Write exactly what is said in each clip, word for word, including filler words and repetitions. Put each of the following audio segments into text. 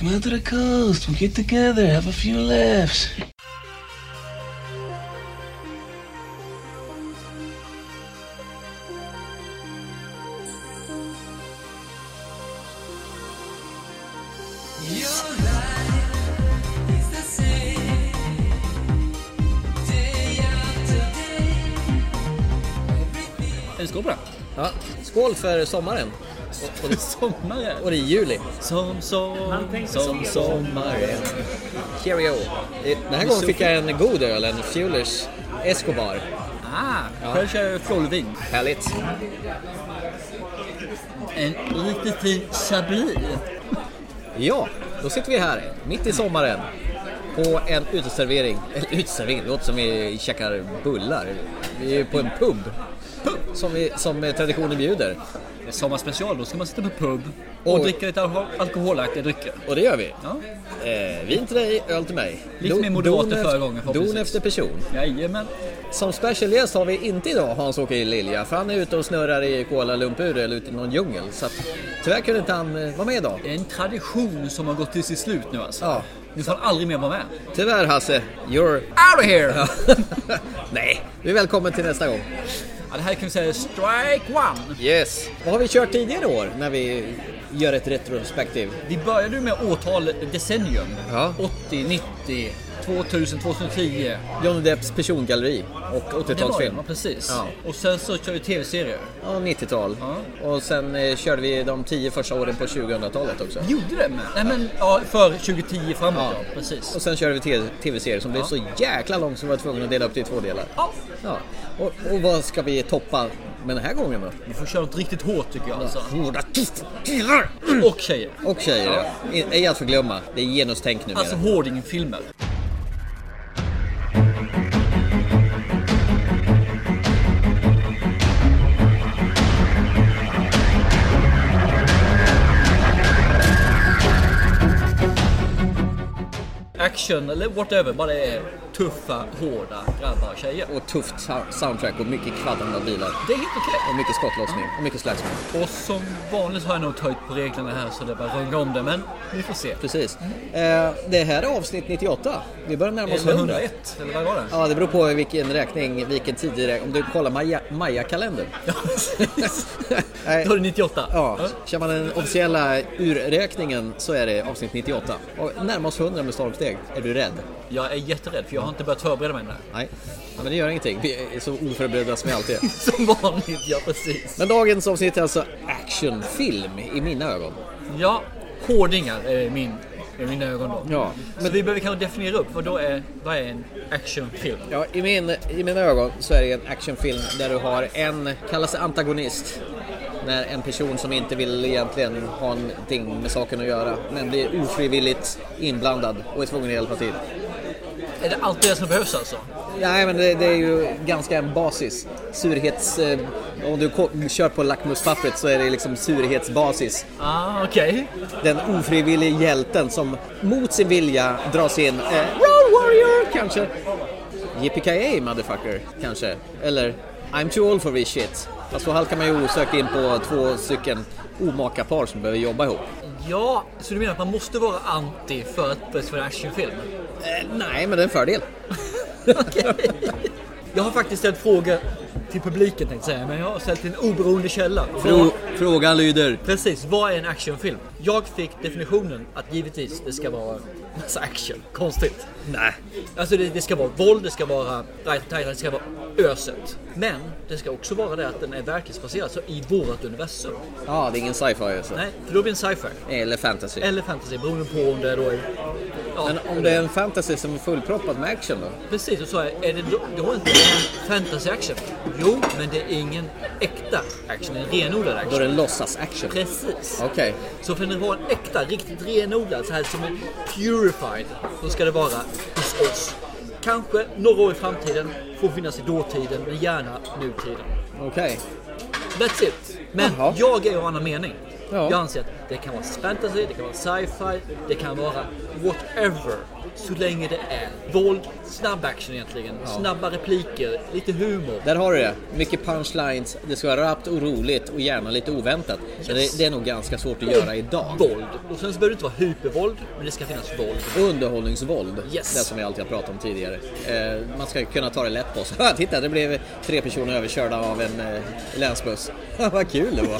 Come out to the coast. We'll get together, have a few laughs. Skål på det. Ja, skål för sommaren. Och, och, sommaren. Och det är juli. Som, som, som, sommaren. Cheerio. Den här gången fick jag en god öl, en Fuelers Escobar. Ah, ja. Själv kör jag Flålevin. Härligt. En riktigt fin Chablis. Ja, då sitter vi här mitt i sommaren på en uteservering. Eller uteservering, det låter som vi käkar bullar. Vi är på en pub. Som, vi, som traditionen bjuder. Det är sommarspecial, då ska man sitta på pub och, och dricka lite alkohol, alkoholaktiga drycker. Och det gör vi. Ja. Eh, vin till dig, öl till mig. Lite mer moderater förra gången. Don efter person. Jajamän. Som special guest har vi inte idag Hans-Åke Lilja. För han är ute och snurrar i Kuala Lumpur eller ute i någon djungel. Så att, tyvärr kunde inte han vara med idag. Det är en tradition som har gått till sitt slut nu alltså. Ja. Nu får han aldrig mer vara med. Tyvärr Hasse, you're out of here! Nej, du är välkommen till nästa gång. Ja, det här kan vi säga strike one. Yes. Vad har vi kört tidigare år när vi gör ett retrospektiv? Vi började med årtal decennium. Ja. åttio, nittio, tvåtusen, tjugohundratio. Johnny Depps persongalleri och åttiotalsfilm. Ja, precis. Ja. Och sen så kör vi tv-serier. Ja, nittiotal. Ja. Och sen eh, körde vi de tio första åren på tjugohundratalet också. Gjorde det med? Nej men, ja, för tjugohundratio framåt Ja. ja, precis. Och sen körde vi te- tv-serier som Ja. blev så jäkla lång som vi var tvungna att dela upp det i två delar. Ja. Ja. Och, och vad ska vi toppa med den här gången då? Vi får köra något riktigt hårt tycker jag alltså. Hårda killar! Och tjejer. Och tjejer, ja. I- Ej att förglömma. Det är genustänk nu. Alltså hårdingfilmer. Action eller whatever, bara det är tuffa, hårda grabbar och tjejer. Och tufft so- soundtrack och mycket kvaddande av bilar. Det är helt okej. Och mycket skottlossning och mycket slagsmål. Och som vanligt har jag nog tagit på reglerna här så det är bara att runga om det, men vi får se. Precis. Eh, det här är avsnitt nittioåtta. Vi börjar närma oss Eller hundra. hundraett, eller vad var det? Ja, det beror på vilken räkning, vilken tid det är. Om du kollar Maya- Maya-kalendern. Ja, precis. Nej. Då är det nittioåtta. Ja, kör man den officiella urräkningen så är det avsnitt nittioåtta. Och närmar oss hundra med stormsteg. Är du rädd? Jag är jätterädd för jag har inte börjat förbereda mig där. Nej, ja, men det gör ingenting. Vi är så oförberedda som vi alltid är. Som vanligt, ja precis. Men dagens avsnitt är alltså actionfilm i mina ögon. Ja, hårdingar är min, är mina ögon då. Ja, men vi behöver kanske definiera upp vad då är, vad är en actionfilm? Ja, i, min, i mina ögon så är det en actionfilm där du har en, kallas det antagonist. När en person som inte vill egentligen ha någonting med saken att göra men blir ofrivilligt inblandad och är tvungen att hjälpa till. Är det alltid det som behövs alltså? Nej, men det, det är ju ganska en basis. Surhets... Eh, om du ko- kör på lackmuspappret så är det liksom surhetsbasis. Ah, okej. Okay. Den ofrivilliga hjälten som mot sin vilja dras in. Eh, Road Warrior, kanske. Yippee-ki-yay, motherfucker, kanske. Eller I'm too old for this shit. Fast så halkar man ju osökt in på två stycken omaka par som behöver jobba ihop. Ja, så du menar att man måste vara anti för att börja för en actionfilm? Eh, nej, men det är en fördel. Okej. Jag har faktiskt ställt frågor till publiken tänkte jag säga, men jag har ställt till en oberoende källa. Frå- frågan lyder. Precis, vad är en actionfilm? Jag fick definitionen att givetvis det ska vara massa action. Konstigt. Nej. Alltså det, det ska vara våld, det ska vara det ska vara öset. Men det ska också vara det att den är verklighetsbaserad så i vårat universum. Ja, det är ingen sci-fi alltså. Nej, för då blir det en sci-fi. Eller fantasy. Eller fantasy, beroende på om det är då är... Ja, Men om det är en fantasy som är fullproppad med action då? precis, och så är, är det då, då är inte en fantasy action. Jo, men det är ingen äkta action, en renodlad action. Då är det en låtsas action. Precis. Okej. Okay. Så för att vara en äkta, riktigt renodlad, så här som en purified, så ska det vara hos oss. Kanske några år i framtiden, får finnas i dåtiden, men gärna nutiden. Okej. Okay. That's it. Men Jaha. jag är av annan mening. Ja. Jag anser att det kan vara fantasy, det kan vara sci-fi, det kan vara whatever. Så länge det är våld, snabb action egentligen, ja. Snabba repliker, lite humor. Där har du det. Mycket punchlines, det ska vara rappt och roligt och gärna lite oväntat. Yes. Det, det är nog ganska svårt att och göra idag. Våld. Och sen så behöver det inte vara hypervåld, men det ska finnas våld. Och underhållningsvåld, yes. Det som vi alltid har pratat om tidigare. Eh, man ska kunna ta det lätt på sig. Titta, det blev tre personer överkörda av en eh, länsbuss. Vad kul det var.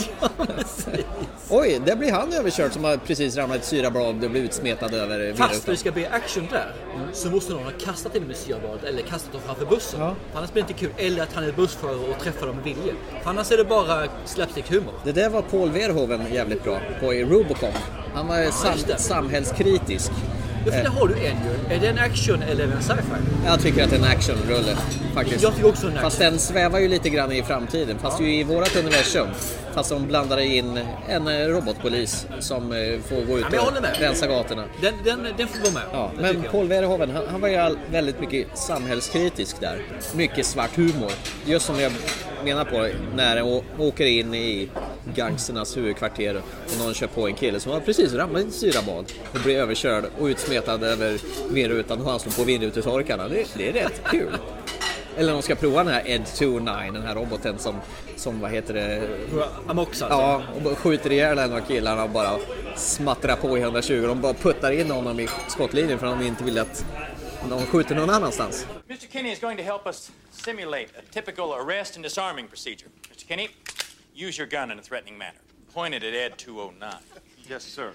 Oj, där blir han överkörd som har precis ramlat ett syrablad och blivit utsmetad över virutan. Fast det ska bli action där, mm. så måste någon ha kastat in med syrablad eller kastat dem framför bussen. Ja. För annars blir det inte kul. Eller att han är bussförare och träffar dem med vilje. För annars är det bara slapstick-humor. Det där var Paul Verhoeven jävligt bra på i Robocop. Han var ja, sam- samhällskritisk. Ja, för där har du en ju. Är det en action eller en sci-fi? Jag tycker att det är en actionrulle faktiskt. Jag tycker också en action. Fast den svävar ju lite grann i framtiden. Fast ja. Ju i vårat universum. Fast de blandar in en robotpolis som får gå ut ja, och rensa gatorna. Den, den, den får gå med. Ja, men Paul Verhoeven, han, han var ju all, väldigt mycket samhällskritisk där. Mycket svart humor. Just som jag menar på när jag åker in i gangsternas huvudkvarter och någon kör på en kille som har precis ramlat i syrabad och blir överkörd och utsmetad över vindrutan och han slår på vindrutetorkarna. Det, det är rätt kul. Eller de ska prova den här Ed tjugonio, den här roboten som, som vad heter det? Amox alltså. Ja, och skjuter ihjäl en av killarna och bara smattrar på i hundratjugo. De bara puttar in honom i skottlinjen för att de inte vill att de skjuter någon annanstans. mister Kinney is going to help us simulate a typical arrest and disarming procedure. mister Kinney, use your gun in a threatening manner. Point it at Ed two oh nine. Yes, sir.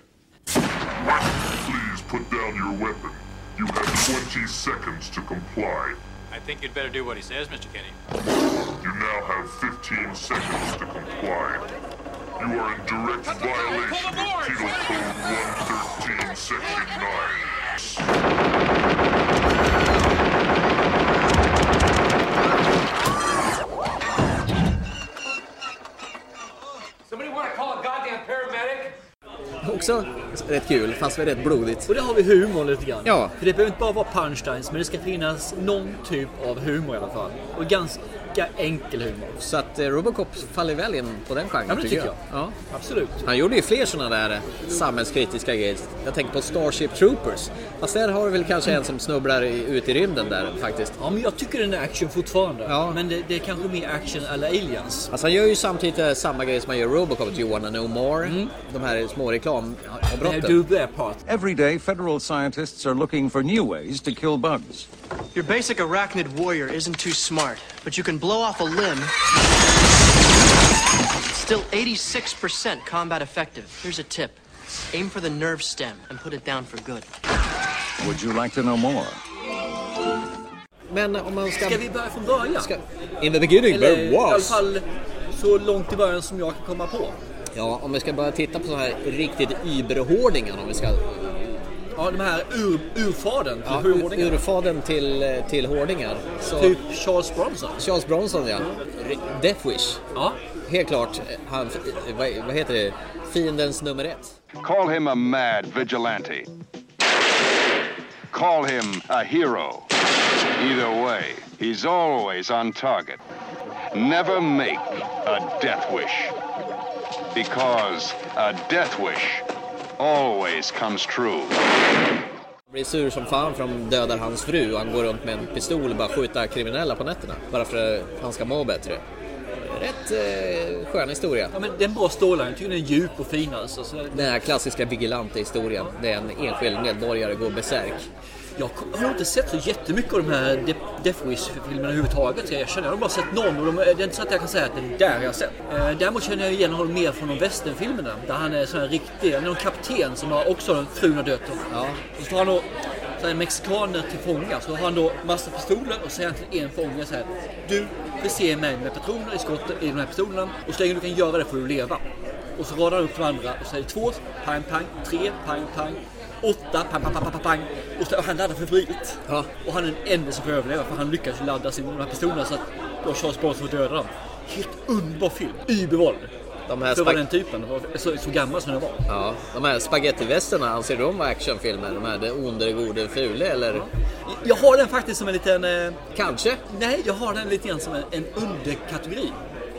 Please put down your weapon. You have twenty seconds to comply. I think you'd better do what he says, mister Kinney. You now have fifteen seconds to comply. You are in direct violation of Penal Code one thirteen, Section nine. Somebody want to call a goddamn paramedic? Också rätt kul, fast det är rätt blodigt. Och det har vi humor lite grann. Ja. För det behöver inte bara vara punchlines, men det ska finnas någon typ av humor i alla fall. Och ganska enkel humor. Så att eh, Robocop faller väl in på den genren, ja, men tycker jag. jag. Ja, absolut. Han gjorde ju fler sådana där samhällskritiska grejer. Jag tänker på Starship Troopers. Fast där har vi väl kanske en som snubblar ut i rymden där faktiskt. Ja, men jag tycker den är action fortfarande. Ja. Men det, det är kanske mer action eller Aliens. Alltså han gör ju samtidigt samma grej som man gör Robocop. You wanna know more? Mm. De här små reklamavbrotten. Every day federal scientists are looking for new ways to kill bugs. Your basic arachnid warrior isn't too smart, but you can blow off a limb. Still eighty-six percent combat effective. Here's a tip. Aim for the nerve stem and put it down for good. Would you like to know more? Men om man ska... Ska vi börja från början? Ska... In the beginning Eller, there was... i alla fall så långt i början som jag kan komma på. Ja, om vi ska börja titta på så här riktigt überhårdingar, om vi ska... Ja, de här ur, urfaden till ja, urhårdingar. Urfaden till, till hårdingar. Så... Typ Charles Bronson. Charles Bronson, ja. Death Wish. Ja. Helt klart, han, vad, vad heter det? Fiendens nummer ett. Call him a mad vigilante. Call him a hero. Either way, he's always on target. Never make a death wish. Because a death wish always comes true. Han blir sur som fan för de dödar hans fru och han går runt med en pistol och bara skjuter kriminella på nätterna. Bara för att han ska må bättre. Rätt eh, skön historia. Ja, men det är en bra storyline. Jag tycker den är djup och fin alltså. Så... Den här klassiska vigilante-historien. Det är en enskild medborgare går besärk. Jag har inte sett så jättemycket av de här Death Wish-filmerna överhuvudtaget. Jag känner, jag har bara sett någon och de, det är inte så att jag kan säga att det är där jag har sett. Eh, däremot känner jag igen honom mer från de westernfilmerna. Där han är sån här riktig, han är någon kapten som har också frun har dött. Ja. Och så har han då så här, mexikaner till fångar. Så har han då massa pistoler och säger till en fånga så här: du förser mig med patroner i skottet i de här pistolerna och så länge du kan göra det får du leva. Och så radar han upp de andra och säger två, pang, pang, tre, pang, pang. Åtta, pang, pang, pang, pang, pang. Och så, han laddar febrilt. Ja. Och han är den enda som får överleva för han lyckas ladda sina de här pistolerna så att då Charles Bronson får döda dem. Helt underbar film, übervåld. De här spag- var den typen, så, så gammal som den var. Ja, de här spagettivästerna, anser du de var actionfilmer? De här det onde, det gode, fule eller? Ja. Jag har den faktiskt som en liten... Eh, Kanske? Nej, jag har den lite grann som en, en underkategori.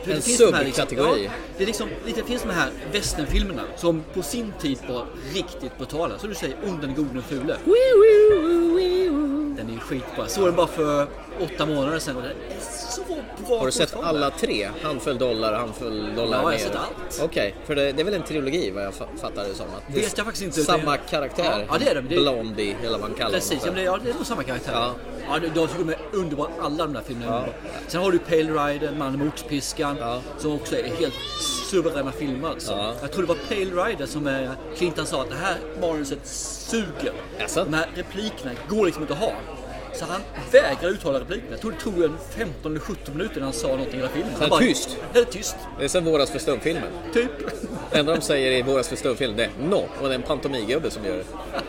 För en det finns de här subkategori. Liksom, ja, det är liksom, det finns de här westernfilmerna som på sin tid var riktigt brutala. Så du säger Under den gode och fule. Den är ju skitbra. Så den bara för åtta månader sedan och den är så bra. Har du sett alla tre? Handfull dollar, handfull dollar Ja, jag har mer. sett allt. Okej, okay, för det, det är väl en trilogi vad jag fattar det som. Att det vet jag faktiskt inte. Samma karaktär. Ja, det är det. det är... Blondie, eller vad man kallar Precis, dem. Precis, ja, det är nog samma karaktär. Ja. Ja, de tycker de är underbara, alla de där filmerna. Ja. Sen har du Pale Rider, Mannen med oxpiskan, ja. Som också är helt suveräna filmer. Alltså. Ja. Jag tror det var Pale Rider som är, Clinton sa att det här manuset suger. Alltså? De här replikerna går liksom inte att ha. Så han vägrar uttala replikerna. Jag tror det tog en femton eller sjutton minuter när han sa någonting i hela filmen. Han är tyst. Det är tyst. Det är som Våras för stumfilmen. Typ. Det enda de säger i Våras för stumfilmen det är no. Och det är en pantomigubbe som gör det.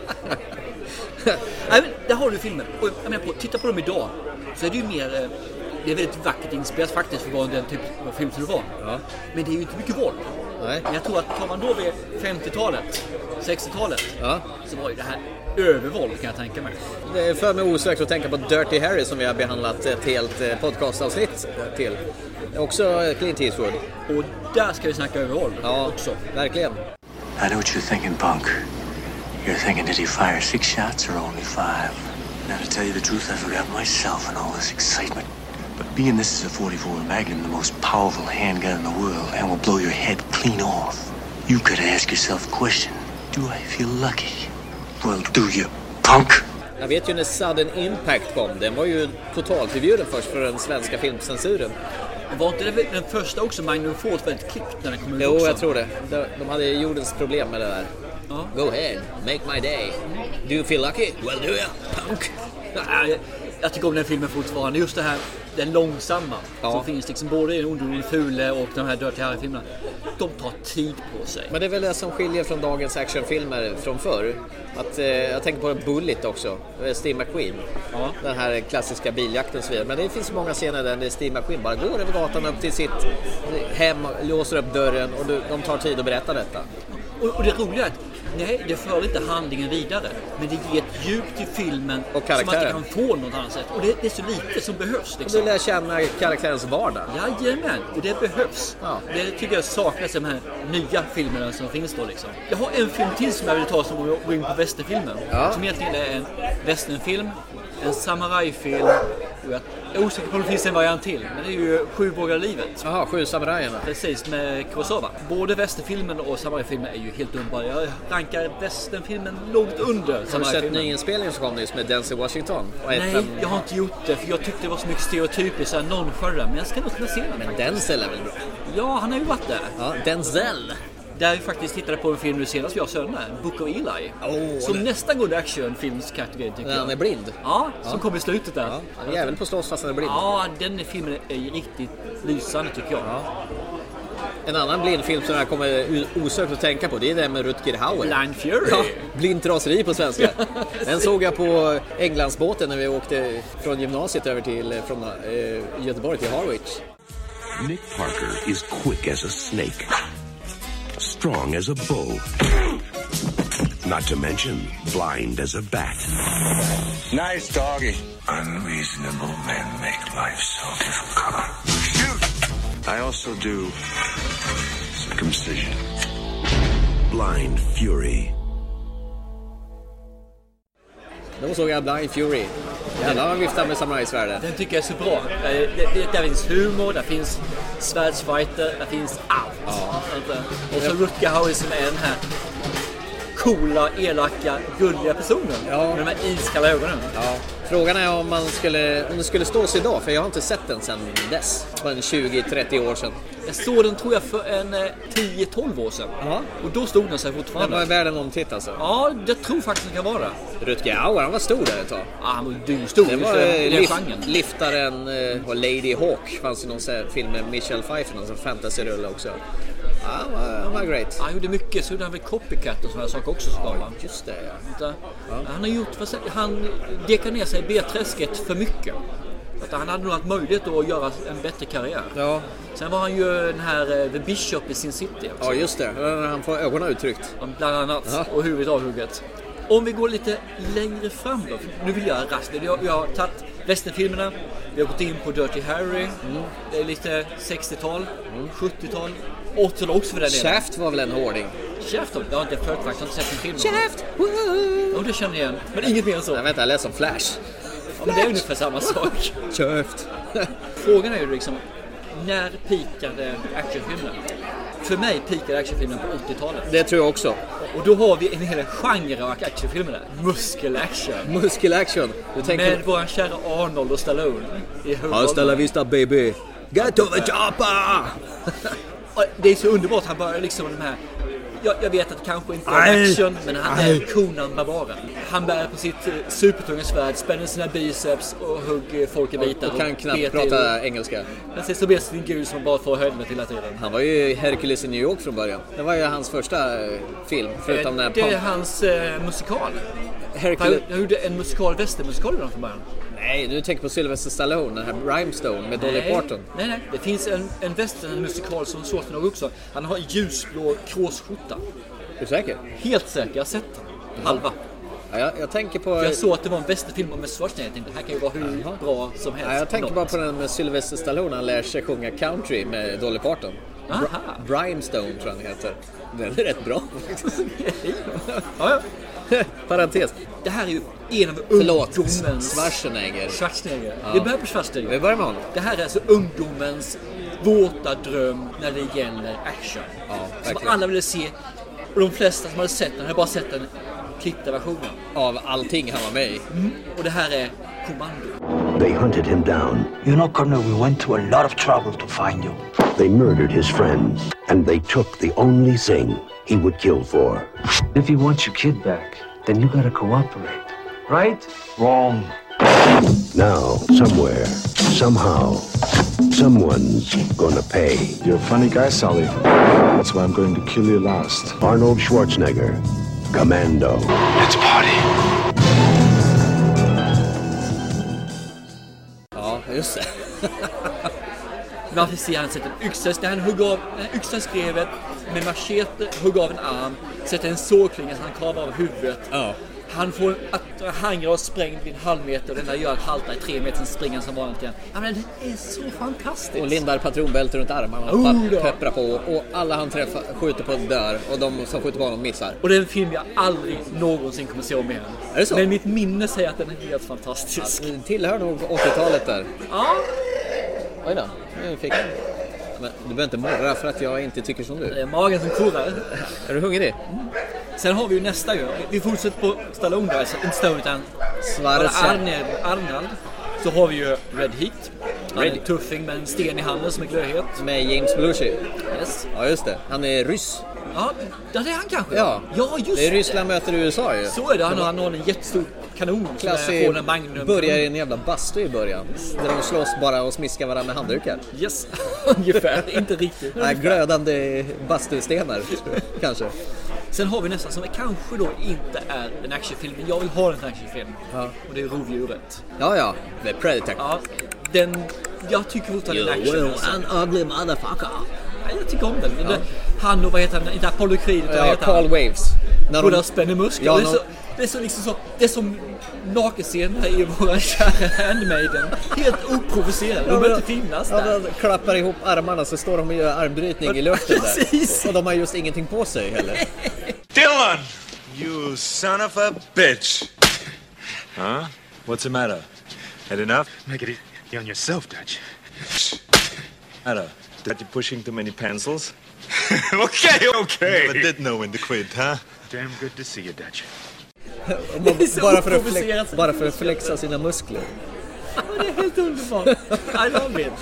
Nej, men där har du filmen. Och jag menar på, titta på dem idag. Så är det ju mer... Det är väldigt vackert inspelat faktiskt för vad den typ av film som det var. Ja. Men det är ju inte mycket våld. Nej. Men jag tror att tar man då vid femtiotalet, sextiotalet, ja. Så var ju det här övervåld kan jag tänka mig. Det är för mig osökt att tänka på Dirty Harry som vi har behandlat ett helt podcastavsnitt till. Också Clint Eastwood. Och där ska vi snacka övervåld ja, också. Verkligen. I know what you're thinking, punk. You're thinking, did he fire six shots or only five? Now, to tell you the truth, I forgot myself in all this excitement. But being this is a forty-four Magnum, the most powerful handgun in the world, and will blow your head clean off, you could ask yourself a question. Do I feel lucky? Well, do you, punk? Jag vet ju när Sudden Impact kom. Den var ju totalt förbjuden först för den svenska filmcensuren. Var inte det den första också Magnum Force väldigt klippt när den kom ut? Jo, också? Jag tror det. De hade jordens problem med det där. Ja. Go ahead, make my day. Do you feel lucky? Well, do you, punk? Jag, jag tycker om den filmen fortfarande. Just det här, den långsamma ja. Som finns liksom både i den Onde och Fule och de här Dirty Harry-filmerna. De tar tid på sig. Men det är väl det som skiljer från dagens actionfilmer från förr. Att, eh, jag tänker på Bullet också, Steve McQueen. Ja. Den här klassiska biljakten och så vidare. Men det finns många scener där Steve McQueen bara går över gatan upp till sitt hem, låser upp dörren och de tar tid att berätta detta. Och, och det roliga är att nej, det för inte handlingen vidare. Men det ger ett djup till filmen och som man inte kan få något annat sätt. Och det, det är så lite som behövs. Liksom. Och du lär känna karaktärens vardag. Jajamän, och det behövs. Ja. Det tycker jag saknas i de här nya filmerna som finns då. Liksom. Jag har en film till som jag vill ta som går in på västernfilmen. Ja. Som egentligen är en västernfilm, en samurajfilm. Jag är osäker på om det finns en variant till. Men det är ju Sju vågar livet. Jaha, Sju samurajerna. Precis, med Kurosawa. Både västerfilmen och samurajfilmen är ju helt underbara. Jag rankar västernfilmen långt under samurajfilmen. Har du sett nyinspelningen som kom nyss med Denzel Washington? Nej, fem... jag har inte gjort det. För jag tyckte det var så mycket stereotyper, så här non-skörra. Men jag ska nog kunna se den. Men faktiskt. Denzel är väl bra? Ja, han har ju varit där. Ja, Denzel. Där vi faktiskt tittade på en film nu senast vi har sönder, Book of Eli. Oh, som det... nästan går i actionfilmskategorin tycker jag. Han är blind? Ja, som ja. kom i slutet där. Ja, han är jävel på slåss fast han är blind. Ja, den filmen är riktigt lysande tycker jag. Ja. En annan blindfilm som jag kommer osökt att tänka på, det är den med Rutger Hauer. Blind Fury. Ja, blindraseri på svenska. Den såg jag på Englandsbåten när vi åkte från gymnasiet över till från äh, Göteborg till Harwich. Nick Parker is quick as a snake. Strong as a bow. Not to mention blind as a bat. Nice doggy. Unreasonable men make life so difficult. Shoot! I also do circumcision. Blind Fury. Då såg jag Blind Fury. Jävlar han viftar med samurajsvärden. Den tycker jag är så bra. Det, det, där finns humor, där finns svärdsfighter, där finns allt. Ja. Och så Rutger Hauer som är den här coola, elaka, gulliga personen. Ja. Med de här iskalla ögonen. Ja. Frågan är om man skulle, om det skulle stå sig idag, för jag har inte sett den sedan dess. För en tjugo trettio år sedan. Jag såg den tror jag för en tio tolv år sedan. Ja. Och då stod den sig fortfarande. Den var värd en omtitt alltså? Ja, jag tror faktiskt den kan vara. Rutger Hauer, han var stor där ett tag. Ja, han var dyrstor. Det var den lift, liftaren och Lady Hawk. Fanns ju någon film med Michelle Pfeiffer, någon fantasy-rulle också. Ja, han var, han var great. Han gjorde mycket, så gjorde han väl Copycat och sådana saker också. Ja, just det, ja. Ja. Han har gjort, han dekar ner sig i B-träsket för mycket. Att han hade nog haft möjlighet att göra en bättre karriär. Ja. Sen var han ju den här The Bishop i Sin City också. Ja, just det. När han får ögonen uttryckt. Bland annat. Ja. Och huvudet avhugget. Om vi går lite längre fram då. Nu vill jag raskt. Jag, jag har tagit Westernfilmerna, vi har gått in på Dirty Harry, mm. det är lite sextiotal, mm. sjuttiotal, åttiotal också för den delen. Shaft var väl en hårding? Shaft, jag har inte följt faktiskt, jag har inte sett en film. Shaft! Ja, det känner jag igen, men inget mer än så. Jag vet inte, jag läser om Flash. Ja, men det är ungefär samma sak. Shaft! Frågan är ju liksom, när pikade actionfilmen? För mig pikade actionfilmen på åttiotalet. Det tror jag också. Och då har vi en hel genre av actionfilmer där. Muskelaction. Muskelaction. Du tänker... Med våran kära Arnold och Stallone. Hasta la vista baby. Get to the chopper! Det är så underbart. Han börjar liksom de här... Jag, jag vet att det kanske inte är action, men han är Conan Barbaren. Han bär på sitt supertunga svärd, spänner sina biceps och hugger folk i bitar. Och, och kan knappt prata till, engelska. Han ser så bäst sin gud som bara får höjden hela tiden. Han var ju Hercules i New York från början. Det var ju hans första film, förutom det, när... Det är hans eh, musikal. Hercules... Han gjorde en musikal, västermusikal från början. Nej, du tänker på Sylvester Stallone, den här Rhinestone med Dolly Parton. Nej, nej. Det finns en, en västernmusikal som såg för något också. Han har en ljusblå kråsskjorta. Är du säker? Helt säker, jag har sett den. Halva. Ja, jag, jag tänker på... För jag såg att det var en västerfilm med Schwarzenegger. Jag tänkte, det här kan ju vara hur Aha. bra som helst. Ja, jag tänker bara på den med Sylvester Stallone. Han lär sig sjunga country med Dolly Parton. Br- Brimstone tror jag den heter. Den är rätt bra. Ja, ja. Parentes. Det här är ju en av ungdomens... Schwarzenegger. Schwarzenegger. Ja. Vi börjar på Schwarzenegger. Vi börjar med honom. Det här är alltså ungdomens våta dröm när det gäller action. Ja, som alla ville se. Och de flesta som hade sett den hade bara sett den klippta versionen. Av allting han var med i. Mm. Och det här är Kommando. They hunted him down. You know, Colonel, we went to a lot of trouble to find you. They murdered his friends, and they took the only thing he would kill for. If you want your kid back, then you gotta cooperate. Right? Wrong. Now, somewhere, somehow, someone's gonna pay. You're a funny guy, Sully. That's why I'm going to kill you last. Arnold Schwarzenegger, Commando. Let's party. Ja, just det. Varför ser han sätter en yxa, han hugger av en yxa skrevet med machete, hugger av en arm, sätter en sågklinga så han kavar av huvudet. Ja. Han får att hangrar och sprängd vid en halv meter och den där gör att halta i tre meter, sen springer som vanligt igen. Ja, men det är så fantastiskt. Och lindar patronbälter runt armarna och oh, pepprar på. Och alla han träffar skjuter på dör och de som skjuter på honom missar. Och det är en film jag aldrig någonsin kommer se om igen. Är det så? Men mitt minne säger att den är helt fantastisk. Ja, det tillhör nog åttiotalet där. Ja. Oj då, nu fick jag. Men du behöver inte morra för att jag inte tycker som du. Det är magen som kurrar. Är du hungrig? Mm. Sen har vi ju nästa ju. Vi fortsätter på Stallone där, inte Stone utan Arnold, Arnold. Så har vi ju Red Heat. Han är en tuffing med en sten i handen som är glödhet. Med James Belushi. Yes. Ja, just det. Han är ryss. Ja, det är han kanske. Ja, ja just det. är Ryssland möter U S A ju. Så är det. Han, han har en jättestor kanon. Klassig börjar i en jävla bastu i början. Där de slåss bara och smiskar varandra med handdukar. Yes, ungefär. Inte riktigt. Nej, glödande bastustenar kanske. Sen har vi nästan som kanske då inte är en actionfilm, men jag vill ha en actionfilm. Ja. Och det är Rovdjuret. Ja, ja. Det är Predator. Ja, den... Jag tycker fortfarande en action. You will an ugly motherfucker. Ja, jag tycker om den. Ja. Det, han och vad heter han? Inte Apollo Creed. Ja, heter Carl han? Waves. När de spänner muskler. Ja, det, är så, det är så liksom så... Det är som nakenscener i våra kära Handmaiden. Helt oprovocerade. De behöver inte finnas där. Ja, de klappar ihop armarna så står de och gör armbrytning i luften där. Och de har just ingenting på sig heller. Dylan! You son of a bitch! Huh? What's the matter? Had enough? Make it easy on yourself, Dutch. Matter? That you pushing too many pencils? okay, okay. Never did know when to quit, huh? Damn good to see you, Dutch. bara, för att flex, bara för att flexa sina muskler. Det är helt underbart. I love it.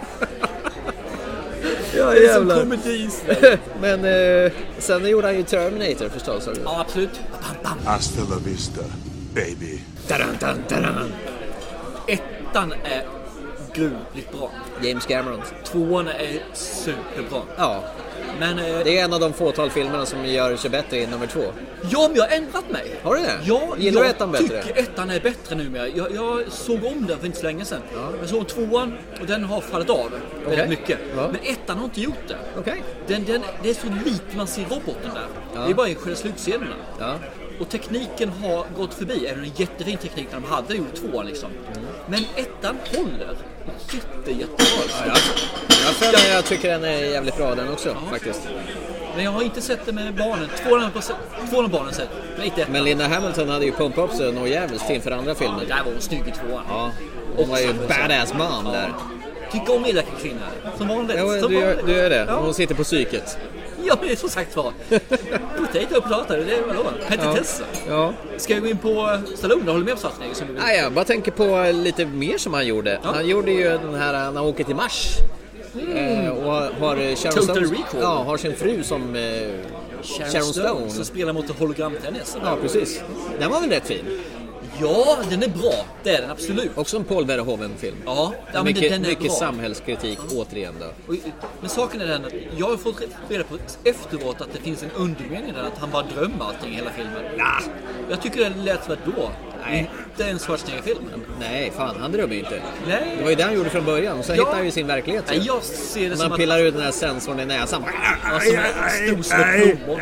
Ja, det är som komedis. Men eh, sen gjorde han ju Terminator förstås. Ja, absolut. Hasta la vista, baby. Taran, taran, taran. Ettan är gruvligt bra. James Cameron. Tvåan är superbra. Ja. Men, eh, det är en av de fåtal filmerna som gör sig bättre i nummer två. Ja, men jag har ändrat mig. Har du det? Ja, gillar jag du ettan bättre? tycker ettan är bättre numera. Jag, jag såg om den för inte så länge sedan. Ja. Jag såg tvåan och den har fallit av väldigt okay. mycket. Ja. Men ettan har inte gjort det. Okay. Den, den, det är så lite man ser roboten där. Ja. Det är bara i själva slutscenerna. Ja. Och tekniken har gått förbi. Även en jättefin teknik när de hade gjort två liksom. Mm. Men ettan håller jätte, jättebra. Ja, jag, jag, för jag, jag tycker den är jävligt bra den också, ja. faktiskt. Men jag har inte sett det med barnen. Två av barnen sett. Men, men Linda Hamilton hade ju pumpat upp sig något jävligt fin för andra filmer. Där var hon snygg i tvåan. Ja, hon var ju badass mom ja. där. Tycker om elaka kvinnor. Som vanligt. Ja, som du, gör, du gör det. Ja. Hon sitter på psyket. Ja, men det är så sagt var. Potato och pratar, det är vad då? Petitesser. Ja. Ja. Ska jag gå in på Stallone? Håller med om satsningen som du vill? Nej, jag bara tänker på lite mer som han gjorde. Ja. Han gjorde ju den här när han åker till Mars. Mm. Eh, och har Sharon Stone, ja, har sin fru som eh, Sharon, Sharon Stone. Stone som spelar mot hologramtennis. Ja, precis. Den var väl rätt fin. Ja, den är bra. Det är den absolut. Också en Paul Verhoeven-film. Ja, ja mycket, men den är mycket bra. Samhällskritik återigen då. Och, men saken är den att jag har fått reda på efteråt att det finns en undermening där att han bara drömmer allting i hela filmen. Nah. Jag tycker det lät värt då. Nej. Inte en Schwarzenegger-film. Nej, fan, han drömmer ju inte. Nej. Det var ju det han gjorde från början. Och sen ja. hittar han ju sin verklighet. Nej, jag ser det man som att... pillar ut den här sensorn i näsan. Ja, som en stor plommon.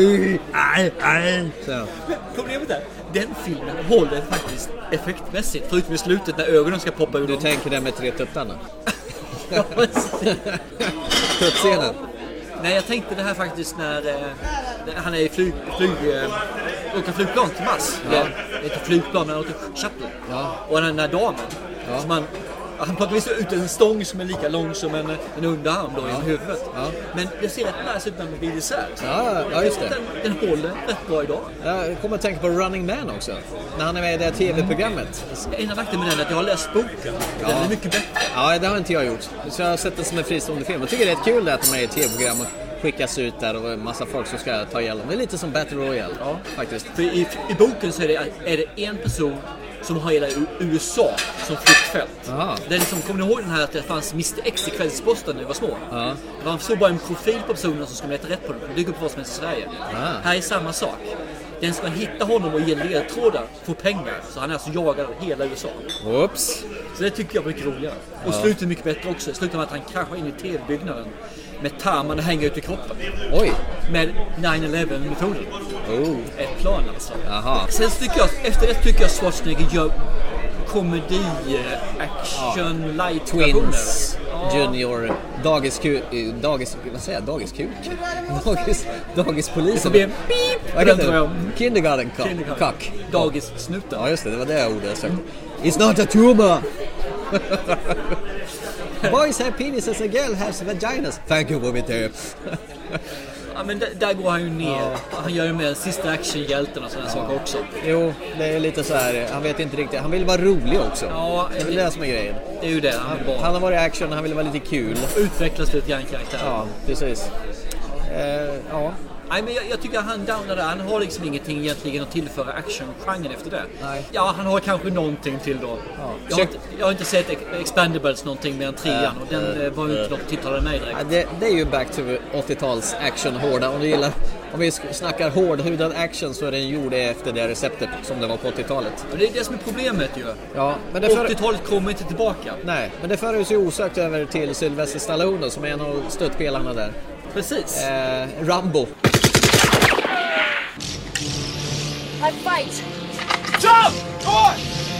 Problemet är, den filmen håller faktiskt effektmässigt. Förutom i slutet när ögonen ska poppa ur. Du dem. Tänker den med tre tuttarna? Tuttscenen. Nej, jag tänkte det här faktiskt när eh, han är i flyg, flyg eh, åker flygplan till Mars. Ja. Det är inte flygplan, men han åker shuttle. Ja. Och den där damen, ja. som han, han plockar visst ut en stång som är lika lång som en, en underarm då, ja. i huvudet. Ja. Men det ser rätt nära ut med Billy Sars. Ja, ja, just det. Den, den håller rätt bra idag. Jag kommer att tänka på Running Man också. När han är med i det här tv-programmet. En av vakten med den är att jag har läst boken. Den ja. är mycket bättre. Ja, det har inte jag gjort. Så jag har sett den som en fristående film. Jag tycker det är rätt kul att de är i ett tv-program och skickas ut där och en massa folk som ska ta ihjäl dem. Det är lite som Battle Royale, ja. faktiskt. För i, i boken så är det, är det en person som har hela U S A som flyktfält. Det är liksom, kommer ni ihåg den här att det fanns mister X i Kvällsposten när vi var små? Ja. Man såg bara en profil på personen som skulle leta rätt på den. Det dyker upp vad som helst i Sverige. Ja. Här är samma sak. Den ska hitta honom och ge ledtrådar får pengar. Så han är alltså jagad av hela U S A. Oops. Så det tycker jag är mycket roligare. Och ja. slutet är mycket bättre också. Slutet med att han kraschar in i tv-byggnaden. Med tarmarna hänger ut i kroppen. Oj. Med nine eleven metoden. Oh. Ett plan alltså. Aha. Sen tycker jag, efter det tycker jag Schwarzenegger gör komedi, action, ja. light Twins, ja. Junior, dagiskuk, dagis, vad säger jag, dagiskuk? Dagis, dagispolisen. Det blir en beep. Kindergarten cock. Dagissnuten. Ja just det, det var det ordet jag sökte. It's not a tumor! Boys have penises and girls have vaginas. Thank you for me too. Ja, men d- där går han ju ner. Ja. Han gör ju med sista actionhjälten och sådana ja. saker också. Jo, det är lite så här. Han vet inte riktigt. Han vill vara rolig också. Ja, det är väl det som är grejen. Det är ju det. Han, han, han har varit action, han vill vara lite kul. Utvecklas lite grann karaktär. Ja, precis. Eh, ja. Nej, men jag, jag tycker att han downar där. Han har liksom ingenting egentligen att tillföra action-genren efter det. Nej. Ja, han har kanske någonting till då. Ja. Jag, har inte, jag har inte sett Expendables någonting mer än trean. Äh, och den äh, var ju inte något tilltalade mig direkt. Ja, det, det är ju back to åttio-tals action hårda. Om du gillar, om vi snackar hårdhudad action så är den gjord efter det receptet som det var på åttio-talet. Och det är det som är problemet ju. Ja, men det för... åttio-talet kommer inte tillbaka. Nej, men det för oss ju osökt över till Sylvester Stallone som är en av stöttpelarna där. Precis. Eh, Rambo. I fight. Jump! Go on!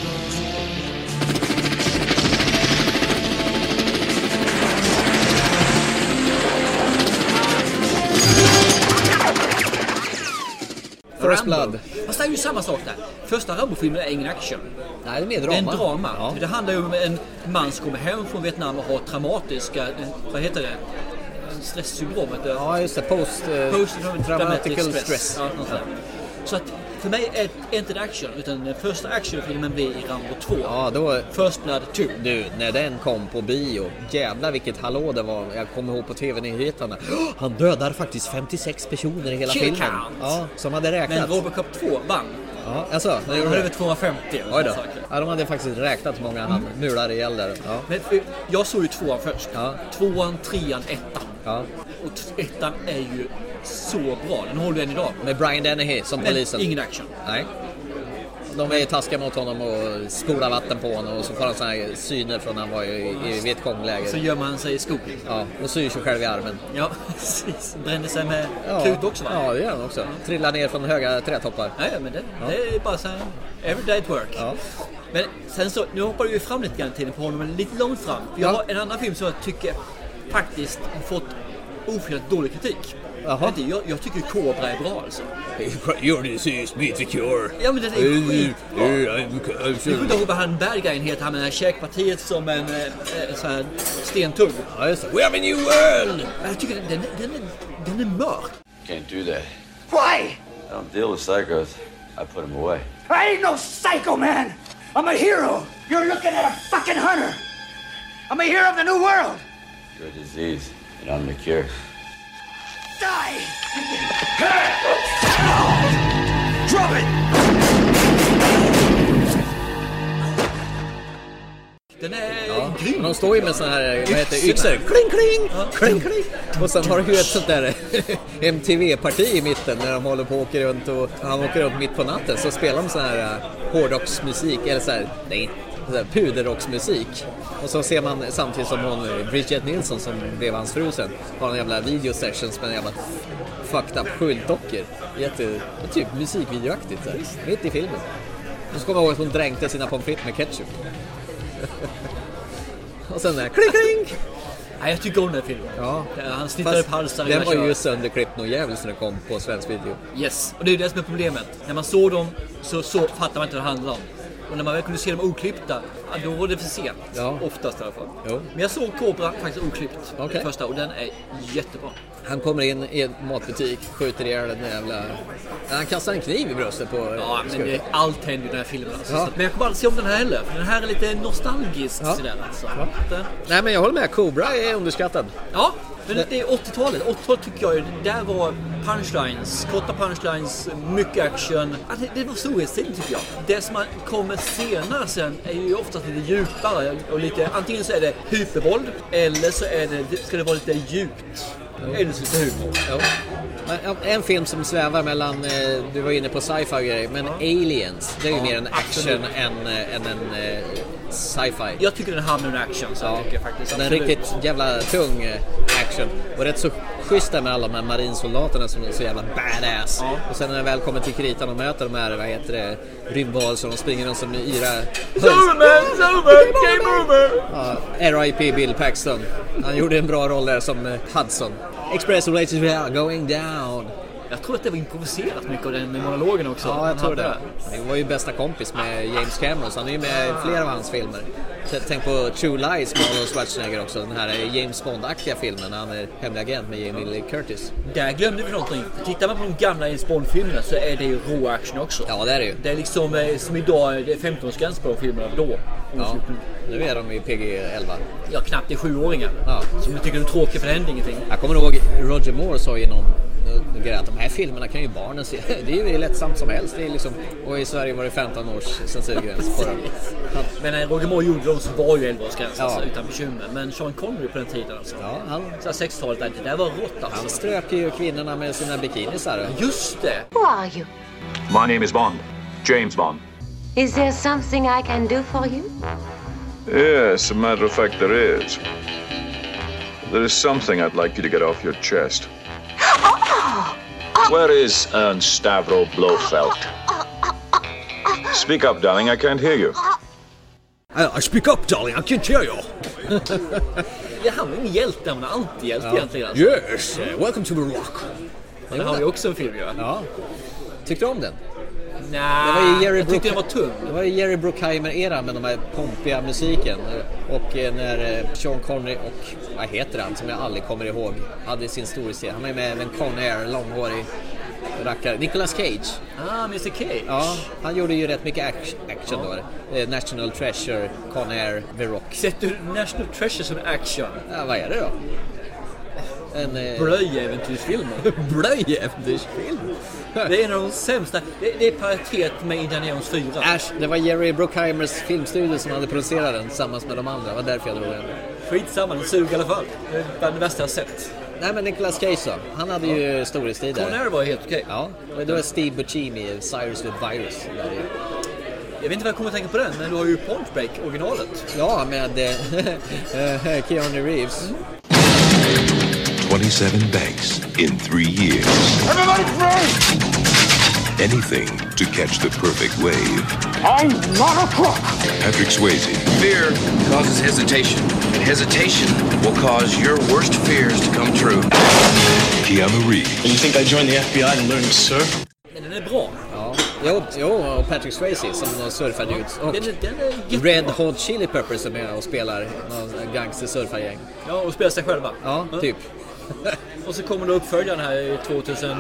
First Blood. Fast det är ju samma sak där. Första Rambo-filmen är ingen action. Nej, det är mer drama. Det är en drama. Ja. Det handlar ju om en man som kommer hem från Vietnam och har traumatiska, vad heter det? Stresssyndrom. Ja, just det. Post, uh, Post traumatical stress. stress. Ja, något sånt. Så att för mig är det inte action, utan den första actionfilmen blir i Rambo två. Ja, då... First Blood två. Du, när den kom på bio, jävlar vilket hallå det var. Jag kommer ihåg på tv-nyheterna. Han dödar faktiskt femtiosex personer i hela Kill filmen. count. Ja, som hade räknat. Men Robocop två vann. Ja, alltså. Det var över tvåhundrafemtio. Oj då. Ja, de hade faktiskt räknat hur många han mular ihjäl där. Ja. Men jag såg ju tvåan först. Ja. Tvåan, trean, ettan. Ja. Och ettan är ju så bra. Den håller än idag. Med Brian Dennehy som men polisen. Ingen action. Nej. de är taskiga mot honom och spolar vatten på honom och så får han såna här syner från när han var i, i Vietcongläger. Så gör man sig i skogen. Ja, och syr sig själv i armen. Ja, precis. Bränner sig med ja. krut också, va? Ja, det gör han också. Trillar ner från höga trädtoppar. Ja, men det, ja. det är bara så här everyday at work. Ja. Men sen så, nu hoppar du ju fram lite grann tiden på honom, men lite långt fram. Jag ja. har en annan film som jag tycker faktiskt har fått oförtjänt dålig kritik. Jag, jag, jag tycker Cobra är bra alltså. Your disease meets a cure. Ja, men det är skit. Jag vet inte ihåg vad han bad guyen heter, han med det här käkpartiet som en äh, så här stentugg. Ja, just det. We have a new world! Jag tycker den, den, den, är, den är mörk. Can't do that. Why? I don't deal with psychos. I put them away. I ain't no psycho, man. I'm a hero. You're looking at a fucking hunter. I'm a hero of the new world. You're a disease, and I'm the cure. Die! Drop it! Den är ja. grym. De står ju med såna här, vad heter yxor. Kling, kling, ja. kling, kling. Och sen har du ju ett sånt där M T V-parti i mitten när de håller på och åker runt och han åker runt mitt på natten så spelar de sån här uh, hårdrocksmusik eller så här, nej, så här puderrocksmusik. Och så ser man samtidigt som hon, Bridget Nilsson som blev hans fru sen, har en jävla videosessions med en jävla fucked up skylddockor. Jätte, typ musikvideoaktigt så här, mitt i filmen. Och så kommer jag ihåg att hon dränkte sina pommes frites med ketchup. Och sen där, kling, kling! Ja, jag tycker om den här filmen. Ja. Han snittar upp halsar. Den var ju sönderklippt och jävligt när den kom på svensk video. Yes, och det är det som är problemet. När man såg dem så, så fattar man inte vad det handlar om. Och när man väl kunde se dem oklippta, då var det för sent. Ja. Oftast i alla fall. Jo. Men jag såg Cobra faktiskt oklippt. Okay. Första, och den är jättebra. Han kommer in i en matbutik, skjuter ihjäl den jävla... Han kastar en kniv i bröstet på... Ja, men det, allt händer i den här filmen. Alltså. Ja. Men jag kommer aldrig se om den här heller. För den här är lite nostalgisk. Ja. Sådär, alltså. Ja. Nej, men jag håller med. Cobra är underskattad. Ja, men det är åttiotalet. åttiotalet tycker jag, det där var punchlines. Korta punchlines, mycket action. Det, det var storhetstiden tycker jag. Det som man kommer senare sen är ju oftast lite djupare. Och lite, antingen så är det hypervåld eller så är det, ska det vara lite djupt. Eller så lite humor. Ja. En film som svävar mellan, du var inne på sci-fi grejer, men ja. Aliens, det är ju ja, mer en action än, än en uh, sci-fi. Jag tycker den hamnar en action, så ja. tycker jag faktiskt. Den är riktigt jävla tung action. Och rätt så schysst med alla de här marinsoldaterna som är så jävla badass. Ja. Och sen när den väl kommer till kritan och möter de här, vad heter det, rymdvalser, de springer de som yra... Zoomman, Zoomman, game over! Ja, R I P Bill Paxton. Han gjorde en bra roll där som Hudson. Express relations going down. Jag tror att det var improviserat mycket av den monologen också. Ja, jag tror det. Han var ju bästa kompis med James Cameron, så han är ju med i flera av hans filmer. Tänk på True Lies med Arnold Schwarzenegger också, den här James Bond-aktiga filmen när han är hemlig agent med Jamie Lee Curtis. Där glömde vi någonting. Tittar man på de gamla James Bond-filmerna så är det ju rå action också. Ja, det är det ju. Det är liksom som idag, det är femton-årsgräns på filmerna då. Ja, nu är de i P G elva. Ja, knappt det är sjuåringar. Ja. Som jag tycker är tråkigt för det händer ingenting. Jag kommer ihåg Roger Moore sa ju någon grej att de här filmerna kan ju barnen se. Det är ju lättsamt som helst. Det är liksom, och i Sverige var det femton års censurgräns på dem. Men när Roger Moore gjorde dem så var ju elva årsgräns ja. Alltså, utan bekymmer. Men Sean Connery på den tiden alltså. Ja, han... Så sextiotalet, det där var rått alltså. Han ströp ju kvinnorna med sina bikinisar. Just det! Who are you? My name is Bond. James Bond. Is there something I can do for you? Yes, as a matter of fact there is. There is something I'd like you to get off your chest. Where is Ernst Stavro Blofeld? Speak up, darling, I can't hear you. I, I speak up, darling, I can't hear you. Ja, han är ingen hjälte, han är antihjälte ja. Egentligen. Alltså. Yes, uh, welcome to the rock. Men det har ju också en film, ja. Ja. Tyckte du om den? Nej, det var ju Jerry jag tyckte Brook... den var tung. Det var ju Jerry Bruckheimer-era med de här pompiga musiken. Och när Sean Connery och, vad heter han som jag aldrig kommer ihåg, hade sin storhetstid. Han var med med en Conair, långhårig rackare. Nicolas Cage. Ah, mister Cage. Ja, han gjorde ju rätt mycket action då. Eh, National Treasure, Conair, The Rock. Sätter du National Treasure som action? Ja, vad är det då? En eh... blöjäventyrsfilm. Blöjäventyrsfilm? Det är en av de sämsta. Det, det är paritet med Indiana Jones fyra. Äsch, det var Jerry Bruckheimers filmstudio som hade producerat den tillsammans med de andra. Det var därför jag drog den. Skitsamma, den suger i alla fall. Det var det bästa jag sett. Nej, men Nicolas Cage så. Han hade ja. ju storhetstid där. Conair var helt okej. Ja, och då var Steve Buscemi, Cyrus with Virus. Där Jag vet inte vad jag kommer att tänka på den, men du har ju Point Break, originalet. Ja, med eh, Keanu Reeves. Mm. twenty-seven banks in three years. Everybody pray! Anything to catch the perfect wave. I'm not a crook! Patrick Swayze. Fear causes hesitation, and hesitation will cause your worst fears to come true. Keanu Reeves. And you think I joined the F B I to learn to surf? Den är bra. Ja, jo, jo och Patrick Swayze som surfar ut. Och den är, den är jättebra. Red Hot Chili Peppers som är och spelar någon gangster-surfargäng. Ja, och spelar sig själva. Ja, ja. Typ. Och så kommer då uppföljaren här i tvåtusen.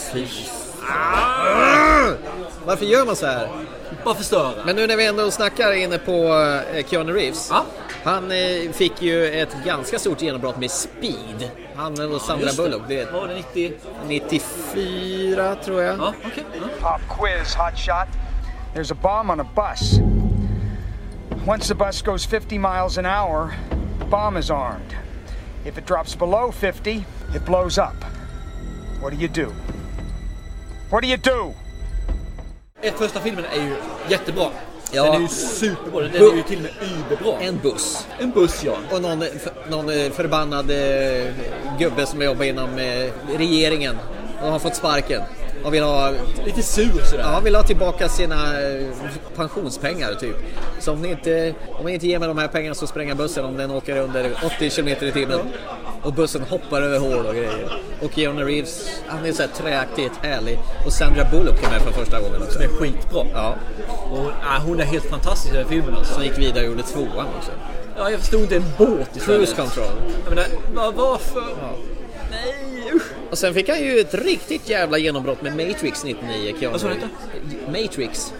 Ah! Varför gör man så här? Bara förstöra. Men nu när vi ändå snackar inne på eh, Keanu Reeves. Ja. Han eh, fick ju ett ganska stort genombrott med Speed. Han och ja, Sandra Bullock. Det var det nittio? nittiofyra tror jag. Ja, okej. Okay. Ja. Pop quiz, hot shot. There's a bomb on a bus. Once the bus goes fifty miles an hour, the bomb is armed. If it drops below fifty, it blows up. What do you do? What do you do? Ett första filmen är ju jättebra. Ja. Den är ju superbra. Den är ju till och med überbra. En buss. En buss, ja. Och någon, någon förbannad eh, gubbe som jobbar inom eh, regeringen och har fått sparken. Och vill ha lite sur sådär. Ja, vill ha tillbaka sina eh, pensionspengar typ. Så om ni inte om ni inte ger mig de här pengarna så spränger bussen om den åker under åttio kilometer i timmen. Och bussen hoppar över hål och grejer. Och Keanu Reeves, han är så här träaktigt, härlig. Och Sandra Bullock kom med för första gången också. Som är skitbra. Ja. Och äh, hon är helt fantastisk i den filmen alltså. Som gick vidare och gjorde tvåan också. Ja, jag förstod inte en båt i Cruise Control. Jag menar, var, varför? Ja. Nej, usch. Och sen fick han ju ett riktigt jävla genombrott med Matrix nittionio. Keanu. Vad sa du inte? Matrix.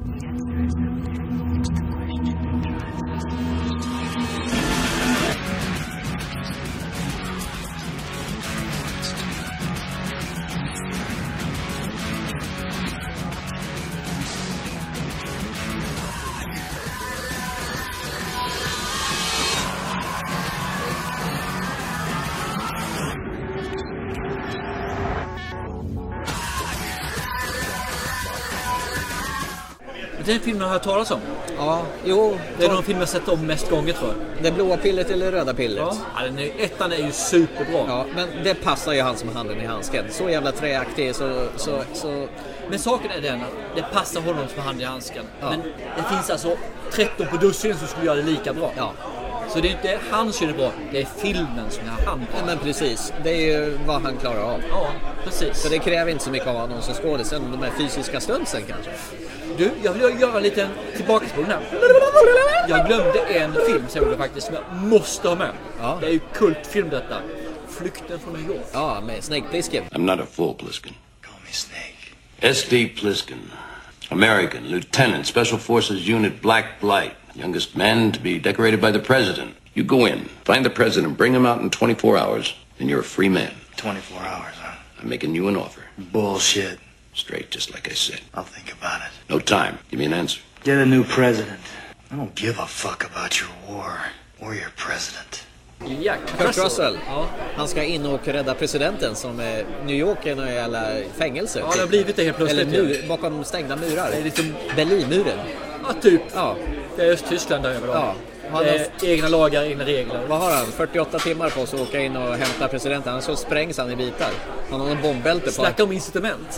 Den filmen har jag hört talas om. Ja, jo. Det är någon film jag sett om mest gånger tror jag. Det blåa pillret eller röda pillret? Ja, ja den är, ettan är ju superbra. Ja, men det passar ju han som handen i handsken. Så jävla träaktig så, så, så... Men saken är den att det passar honom som hand i handsken. Ja. Men det finns alltså tretton på dussinet som skulle göra det lika bra. Ja. Så det är inte han som gör det bra, det är filmen som är han. Ja, men precis, det är ju vad han klarar av. Ja, precis. Så det kräver inte så mycket av honom som skådespelare, de här fysiska stunsen kanske. Du, jag vill göra en liten tillbakaspolning här. Jag glömde en film som jag faktiskt som jag måste ha med. Ja. Det är ju kultfilm detta. Flykten från New York. Ja, med Snake Plissken. I'm not a fool, Plissken. Call me Snake. S D Plissken. American, Lieutenant, Special Forces Unit Black Blight. Youngest man to be decorated by the President. You go in, find the President, bring him out in twenty-four hours, and you're a free man. twenty-four hours, huh? I'm making you an offer. Bullshit. Straight, just like I said. I'll think about it. No time. Give me an answer. Get a new president. I don't give a fuck about your war or your president. Jack Kurt Russell. Ja. Han ska in och rädda presidenten som är New York är någon jävla fängelse. Ja, det har blivit det helt plötsligt. Eller mur, bakom stängda murar. Det är liksom Berlinmuren. Ja, typ. Ja. Det är Östtyskland där över dem. Ja. Han det är har... egna lagar, egna regler. Vad har han? fyrtioåtta timmar på sig att åka in och hämta presidenten. Han så sprängs han i bitar. Han har en bombbälte på. Snacka om incitament.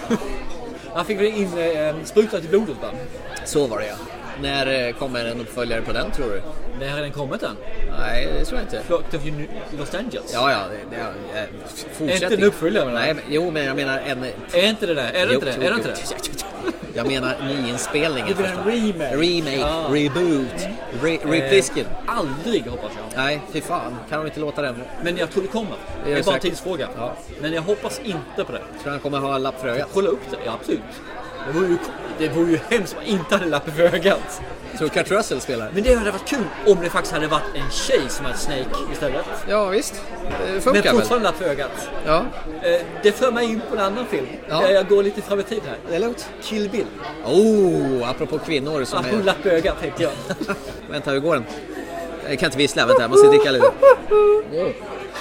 Han fick in eh, sprutat i blodet va? Så var det ja. När kommer en uppföljare på den tror du? När har den kommit än? Nej, det tror jag inte. Flock of Los Angeles? Ja, ja. Det, det, det, fortsättning. Är inte en uppföljare? Nej, men, jo, men jag menar en... Är inte det där? Är det jo, inte det? Jo, är det inte det? Jag menar nyinspelningen. Det blir en remake. Remake, ah. reboot, re, replisken. Eh, aldrig hoppas jag. Nej, fy fan. Kan de inte låta den? Men jag tror det kommer. Det är, det är bara en tidsfråga. Ja. Men jag hoppas inte på det. Tror han kommer ha en lapp för ögat? Kolla upp det, ja absolut. Det vore ju, det vore ju hemskt om man inte hade lapp för ögat. Tror Kurt Russell spelar? Men det hade varit kul om det faktiskt hade varit en tjej som hade Snake istället. Ja visst, det funkar. Men fortfarande lapp för ögat. Ja. Det för mig in på en annan film. Ja. Jag går lite fram i tid här. Det är lugnt. Kill Bill. Oh, apropå kvinnor som ja, är... lapp för ögat tänkte jag. Vänta, hur går den? Jag kan inte vissla, vänta, jag måste dricka lite. Nej,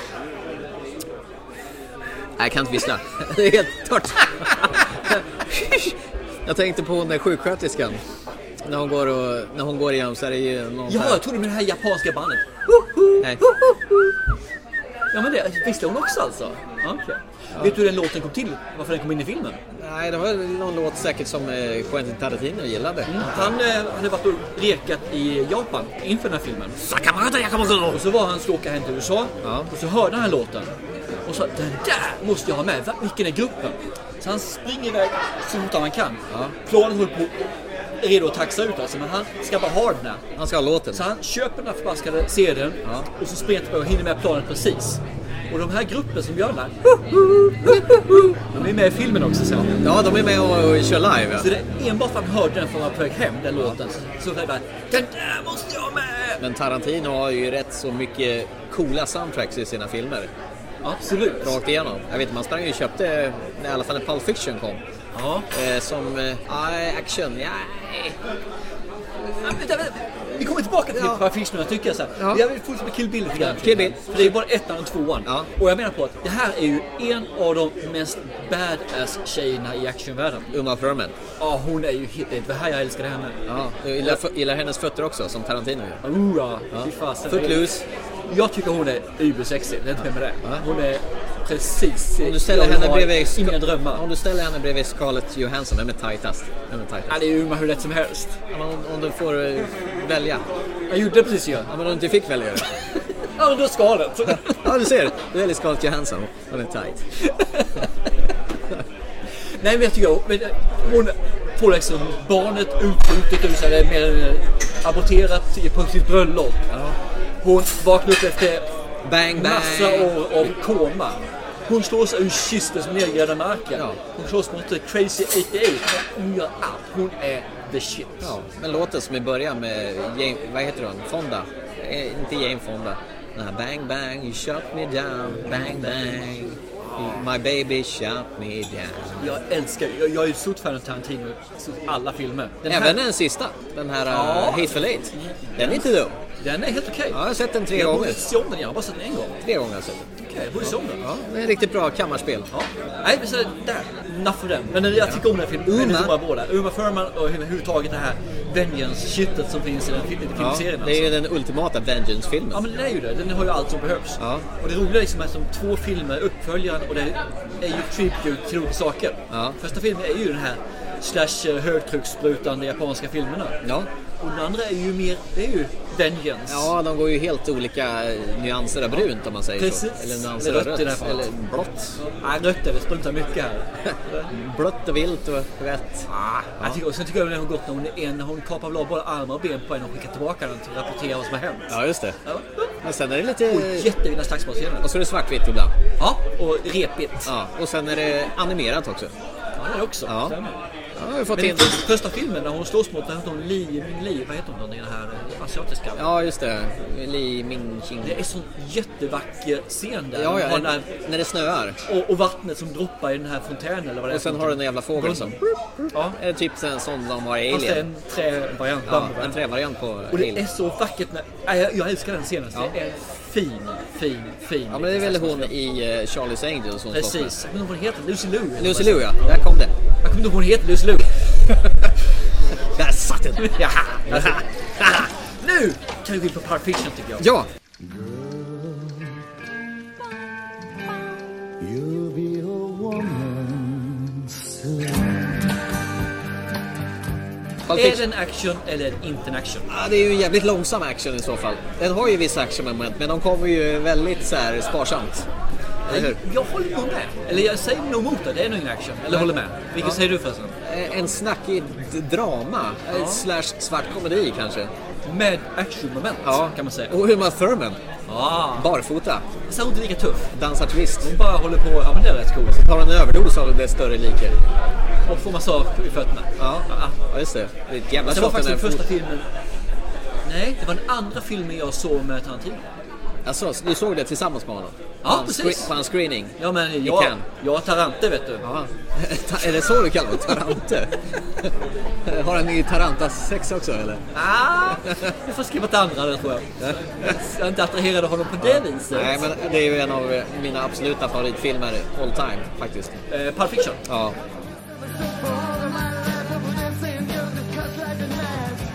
jag kan inte vissla. Det är helt torrt. Jag tänkte på den där sjuksköterskan när hon går och när hon går igenom så är det ju någon. Ja, jag trodde med det här japanska bandet. Nej. Ja, men det visste hon också alltså. Okay. Ja. Vet du hur den låten kom till? Varför den kom in i filmen? Nej, det var någon låt säkert som Quentin Tarantino gillade. Mm. Han eh, hade varit och rekat i Japan inför den här filmen. Och så var han skulle åka hem till U S A. Ja. Och så hörde han låten. Och så, den där måste jag ha med. Vilken är gruppen? Så han springer iväg så fort han kan. Ja. Planen håller på redo att taxa ut alltså, men han ska bara ha den här. Han ska ha låten. Så han köper den här förbaskade C D:n ja. Och så springer han och hinner med planen precis. Och de här grupper som gör den här, de är med i filmen också så. Ja, de är med och, och kör live. Ja. Så det är enbart för att han hörde den för att på väg hem, den ja. Låten. Så, så jag bara, den där måste jag med! Men Tarantino har ju rätt så mycket coola soundtracks i sina filmer. Absolut. Rakt igenom. Jag vet, man sprang ju och köpte, i alla fall när Pulp Fiction kom. Ja. Eh, som, eh, action, ja. Vi kommer tillbaka till ja. Pulp Fiction och jag tycker så här. Ja. Jag vill fortsätta med Kill Bill lite grann. Kill Bill. För det är bara ettan och tvåan. Ja. Och jag menar på att det här är ju en av de mest badass tjejerna i actionvärlden. Uma Thurman. Ja, hon är ju helt... Det här jag älskar henne. Ja, jag gillar, gillar hennes fötter också, som Tarantino gör. Oh, ja. Ja. Footloose. Jag tycker hon är ubersexig, det är inte med det. Hon är precis... Om du ställer henne bredvid inga drömmar. Om du ställer henne bredvid Scarlett Johansson, vem är tajtast? Vem är tajtast? Ja, det är ju hur lätt som helst. Ja, om, om du får uh, välja. Jag gjorde det precis, ja. Ja, men om du inte fick välja det. Ja, men då Scarlett. Ja, du ser. Du väljer Scarlett Johansson. Hon är tajt. Nej, men jag tycker men hon får liksom barnet utskjutet och så är mer aborterat på sitt bröllop. Ja. Hon vaknar upp efter bang, bang. massa år av koma. Hon slår sig ur kistor som nedgrävda marken. Ja. Hon slåss mot Crazy åttioåtta. Hon gör allt. Hon är the shit. Ja, men låten som i början med Jane, vad heter hon? Fonda. Eh, inte Jane Fonda. Den här bang bang, you shot me down. Bang bang. My baby shot me down. Jag älskar, jag, jag är ju stort fan av Tarantino, alla filmer. Den Även här... den sista, den här ja. uh, Hateful Eight. Den är inte dum. Den är helt okej. Okay. Ja, jag har sett den tre jag gånger. Jag borde se den, jag har bara sett den en gång. Tre gånger har jag sett den. Okej, okay, jag borde se om den. Ja, det är riktigt bra kammarspel. Ja. Nej, men så där, enough för den. Men jag tycker om den här filmen. Uma. Båda. Uma Thurman och överhuvudtaget det här Vengeance-shitet som finns i den filmserien. Ja, det är ju den ultimata Vengeance-filmen. Ja, men det är ju det. Den har ju allt som behövs. Ja. Och det roliga är liksom att som två filmer, uppföljaren och det är ju tribute till olika saker. Ja. Första filmen är ju den här slash högtryckssprutande japanska filmerna. Ja. Och den andra är ju mer, det är ju Vengeance. Ja, de går ju helt olika nyanser av brunt om man säger Precis. så. Eller nyanser av rött. Eller blått. Nej, rött är det, spruntar mycket här. Blått och vilt och rött. Ah, ja. Jag tycker, och sen tycker jag att det har gått när hon, är, när hon kapar av både armar och ben på en och skickar tillbaka den till att rapportera vad som har hänt. Ja, just det. Ja. Men sen är det lite... Och jättefina slagsmålscener. Och så är det svartvitt ibland. Ja, och repigt. Ja, och sen är det animerat också. Ja, det är också. Ja. Stämmer. Ja, vi fått men in... den första filmen när hon slåss mot hon Li Ming Li, vad heter hon den här asiatiska? Ja, just det. Li Ming Qing. Det är sån jättevacker scen där. Ja, ja, när, när det snöar. Och, och vattnet som droppar i den här fontänen eller vad det är. Och sen har du en jävla fågel som... Ja. Är det typ en sån som var i Alien? Fast en trävariant. Ja, en trävariant på och det är så vackert. När, jag, jag älskar den scenen. Ja. Det är fin, fin, fin. Ja, men det är väl hon i uh, Charlie's Angels. Hon precis. Men hon heter Lucy Liu. Lucy Liu, ja. Där kom det. Jag kommer inte ihåg hon heter Lucy Liu. Där satt den. Ja, alltså. Nu kan vi gå in på Pulp Fiction tycker jag. Ja. Är det en action eller inte en action? Ja, det är ju en jävligt långsam action i så fall. Den har ju vissa actionmoment, men de kommer ju väldigt så här sparsamt. Eller hur? Jag håller nog med. Eller jag säger nog mot det. Det är nog ingen action. Eller håller med. Vilket ja. säger du förresten? En snackig drama. Ja. Slash svart komedi kanske. Med actionmoment ja. kan man säga. Och Uma Thurman. Ah. Barfota. Så hon är inte lika tuff. Dansar twist. Hon bara håller på. Ja, men det är rätt coolt. Så tar en överdos av det större liker. Och får massage i fötterna. Ja, ja just det. Det, är ett jävla det var faktiskt den första filmen. Nej, det var den andra filmen jag såg med Tarantino. Alltså, du såg det tillsammans med honom? Ja, på precis. På en screening? Ja, men jag, jag har Tarante, vet du. Ja. Är det så du kallar det? Tarante? Har han i Tarantas sex också, eller? Ah, jag får skriva till andra, det tror jag. Jag är inte attraherad av honom på det ja. viset. Nej, men det är ju en av mina absoluta favoritfilmer all time, faktiskt. Eh, Pulp Fiction? Ja.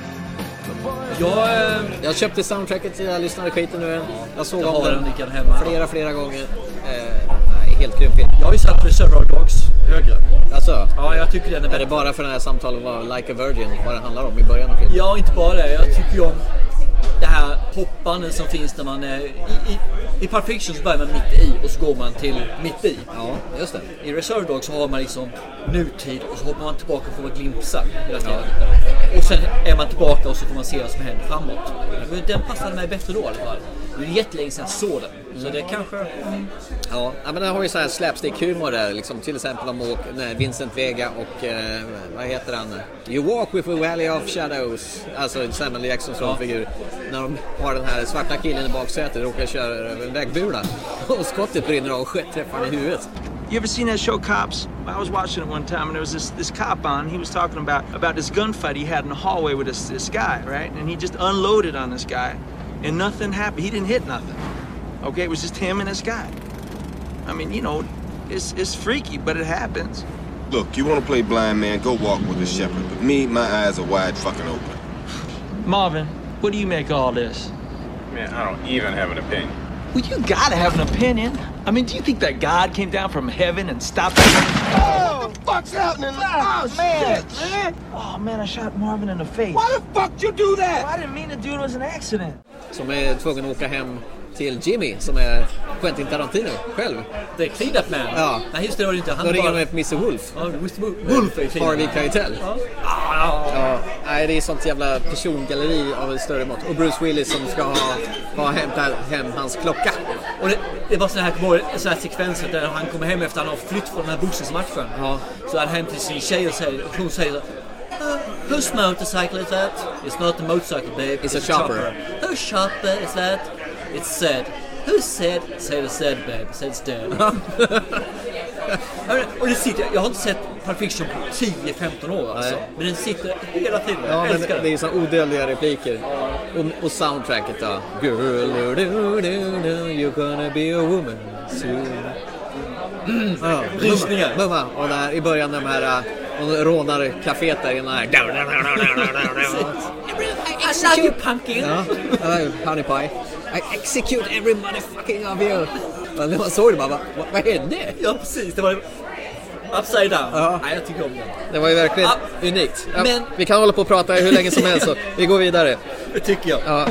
Jag, eh, jag köpte soundtracket, jag lyssnade skiten nu. Jag såg jag om den den hemma. flera, flera gånger. Eh, nej, helt krympigt. Jag har ju satt Reservoir Dogs högre. Alltså? Ja, jag tycker den är bättre. Är det bara för den här samtalet var Like a Virgin, vad det handlar om i början av filmen? Ja, inte bara det. Jag tycker ju om det här hoppandet som finns när man är i, i, i Pulp Fiction så börjar man mitt i och så går man till mitt i. Ja, just det. I Reservoir Dogs så har man liksom nutid och så hoppar man tillbaka och får glimpsar hela tiden. Ja. Och sen är man tillbaka och så får man se vad som händer framåt. Men den passade mig bättre då i alla fall. Det är jättelänge sedan jag såg den. Så det kanske... Mm. Ja, men den har ju så här slapstick-humor där. Liksom, till exempel om åk, nej, Vincent Vega och... Eh, vad heter han? You walk with a valley of shadows. Alltså Samuel Jacksons rollfigur. När de har den här svarta killen i baksätet och råkar köra över en vägbula. Och skottet brinner av och träffar han i huvudet. You ever seen that show Cops? I was watching it one time and there was this, this cop on. He was talking about, about this gunfight he had in the hallway with this, this guy, right? And he just unloaded on this guy and nothing happened. He didn't hit nothing. Okay, it was just him and this guy. I mean, you know, it's, it's freaky, but it happens. Look, you want to play blind man, go walk with the shepherd. But me, my eyes are wide fucking open. Marvin, what do you make of all this? Man, I don't even have an opinion. Well, you gotta have an opinion. I mean, do you think that God came down from heaven and stopped that? Oh, what the fuck's happening? Oh, man, shit, man. Oh, man, I shot Marvin in the face. Why the fuck did you do that? Well, I didn't mean to do it. It was an accident. Som är tvungen att åka hem till Jimmy, som är Quentin Tarantino själv. Det är Clean-Up Man. Ja. Nej, just det var det inte. Han Då ringer bara... de med mister Wolf. Ja, mister Wolf är Clean-Up. Harvey Keitel. Ja. Ja. Nej, det är sånt jävla persongalleri av en större mått. Och Bruce Willis som ska ha, ha hämtat hem hans klocka. Och det, det var sån här, sån här sekvenser där han kommer hem efter att han har flytt från den här boxningsmatchen. Ja. Så han hem till sin tjej och, säger, och hon säger... Uh, whose motorcycle is that? It's not a motorcycle, babe. It's, it's a chopper. chopper. Whose chopper is that? It's said. Who said? Say the said, babe. Said it's dead. Och det sitter, jag har inte sett Pulp Fiction på tio femton år alltså. Men den sitter hela tiden. Ja, jag men det är så odödliga repliker. Och, och soundtracket då. Girl, do, do, do, do, you're gonna be a woman soon. Mm. Ja, rysningar. Mumma. Och där i början de här och rånar kaféet där innan här. I love you, pumpkin. Ja, honey pie. I execute every motherfucking of you. Men när man såg det bara, vad, vad hände? Ja, precis. Det var upside down. Ja. Nej, jag tycker om den. Det var ju verkligen ja. unikt. Ja, men... Vi kan hålla på och prata hur länge som helst så vi går vidare. Det tycker jag. Ja.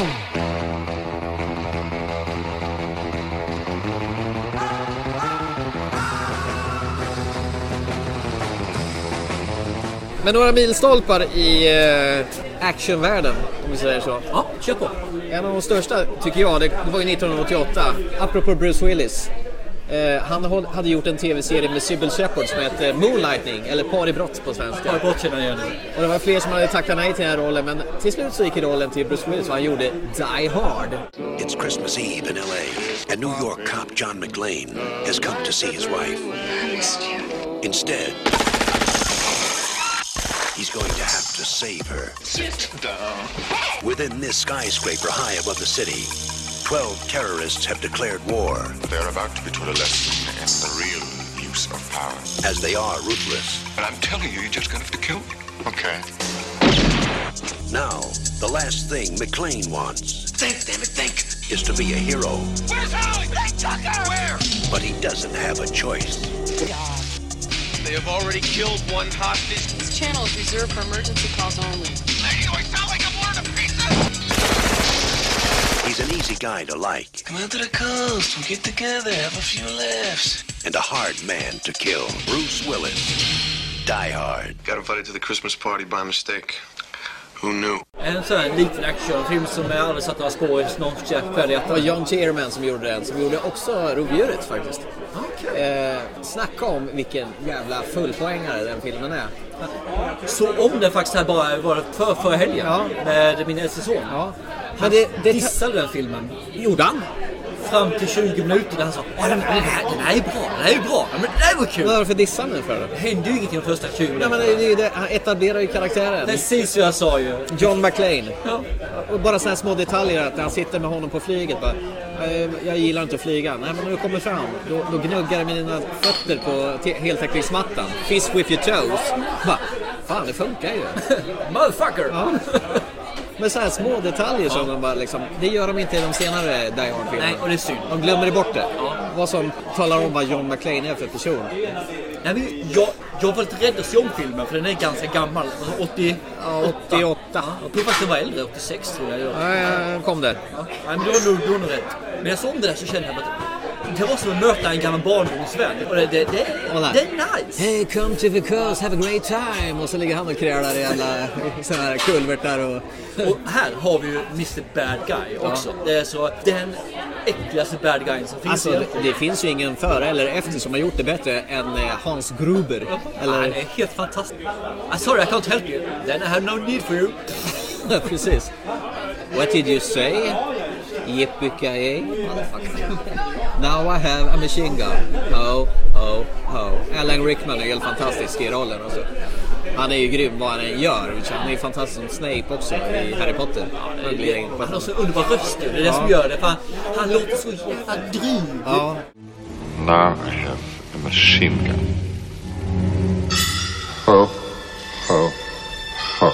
Men några milstolpar i eh, actionvärlden, om vi säger så. Ja, kör på. En av de största, tycker jag, det, det var ju nittonhundraåttioåtta. Apropå Bruce Willis. Eh, han hade gjort en tv-serie med Sybil Shepherd som hette Moonlightning, eller Par i brott på svenska. Par i brott känner jag igen. Och det var fler som hade tackat nej till den här rollen, men till slut så gick rollen till Bruce Willis och han gjorde Die Hard. It's Christmas Eve in L A, and New York cop John McClane has come to see his wife. I missed you. Instead, he's going to have to save her. Sit down. Within this skyscraper high above the city, twelve terrorists have declared war. They're about to be taught a lesson in the real use of power. As they are ruthless. And I'm telling you, you're just gonna have to kill me. Okay. Now, the last thing McClane wants... Think, damn it, think! ...is to be a hero. Where's Holly? Hey, Tucker! Where? But he doesn't have a choice. They have already killed one hostage. This channel is reserved for emergency calls only. Lady, do I sound like I'm one of the pieces? He's an easy guy to like. Come out to the coast, we'll get together, have a few laughs. And a hard man to kill. Bruce Willis. Die Hard. Got invited to the Christmas party by mistake. Who knew? En sån här liten actionfilm som jag aldrig satt några spår i någon försök färdigt. Det var John Chairman som gjorde den, som gjorde också Rovdjuret faktiskt. Okay. Eh, snacka om vilken jävla fullpoängare den filmen är. Så om den faktiskt här bara var för, för helgen ja. med min äldste son. Ja. Han det, det dissade den filmen. Gjorde han? Fram till tjugo minuter där han sa Åh, den, här, den här är bra, den här är bra, men det här var kul. Vad var det för dissar nu för? Det hände ju ingenting de första tjugo minuterna. Ja, men det, det, han etablerar ju karaktären. Precis vad jag sa ju. John McClane. Ja. Och bara sådana små detaljer att han sitter med honom på flyget bara, jag gillar inte att flyga. Nej, men när du kommer fram, då, då gnuggar jag mina fötter på te- heltäckningsmattan. Fish with your toes. Bara, fan, det funkar ju. Motherfucker. Ja. Men så här små detaljer som de bara liksom, det gör de inte i de senare Die Hard-filmerna. Nej, och det är synd. De glömmer bort det. Ja. Vad som talar om vad John McClane är för person. Nej, men jag, jag var lite rädd att se om filmen för den är ganska gammal. åttio, ja, åttioåtta. Ja, jag tror faktiskt den var äldre, åttiosex tror jag. Ja, kom det. Ja, men det var nog, det var nog rätt. Men jag såg om det där så kände jag att det var som att möta en gammal barndomsvän. Och det, det, det, det är nice. Hey, come to the coast, have a great time. Och så ligger han och krälar i alla såna här kulvertar. Och... och här har vi ju mister Bad Guy också. Ja. Det är så den äckligaste bad guyen som finns. Alltså, det, det finns ju ingen före eller efter som har gjort det bättre än Hans Gruber. Ja, eller... det är helt fantastiskt. I'm sorry, I can't help you. Then I have no need for you. Precis. What did you say? Yippee-ki-yay, motherfucker. Now I have a machine gun. Ho, ho, ho. Alan Rickman är helt fantastisk i rollen. Alltså. Han är ju grym vad han än gör. Han är ju fantastisk som Snape också i Harry Potter. Han, det, han har så underbar röst. Det är det ja. som gör det. För han, han låter så jävla driv. Ja. Now I have a machine gun. Ho, ho, ho.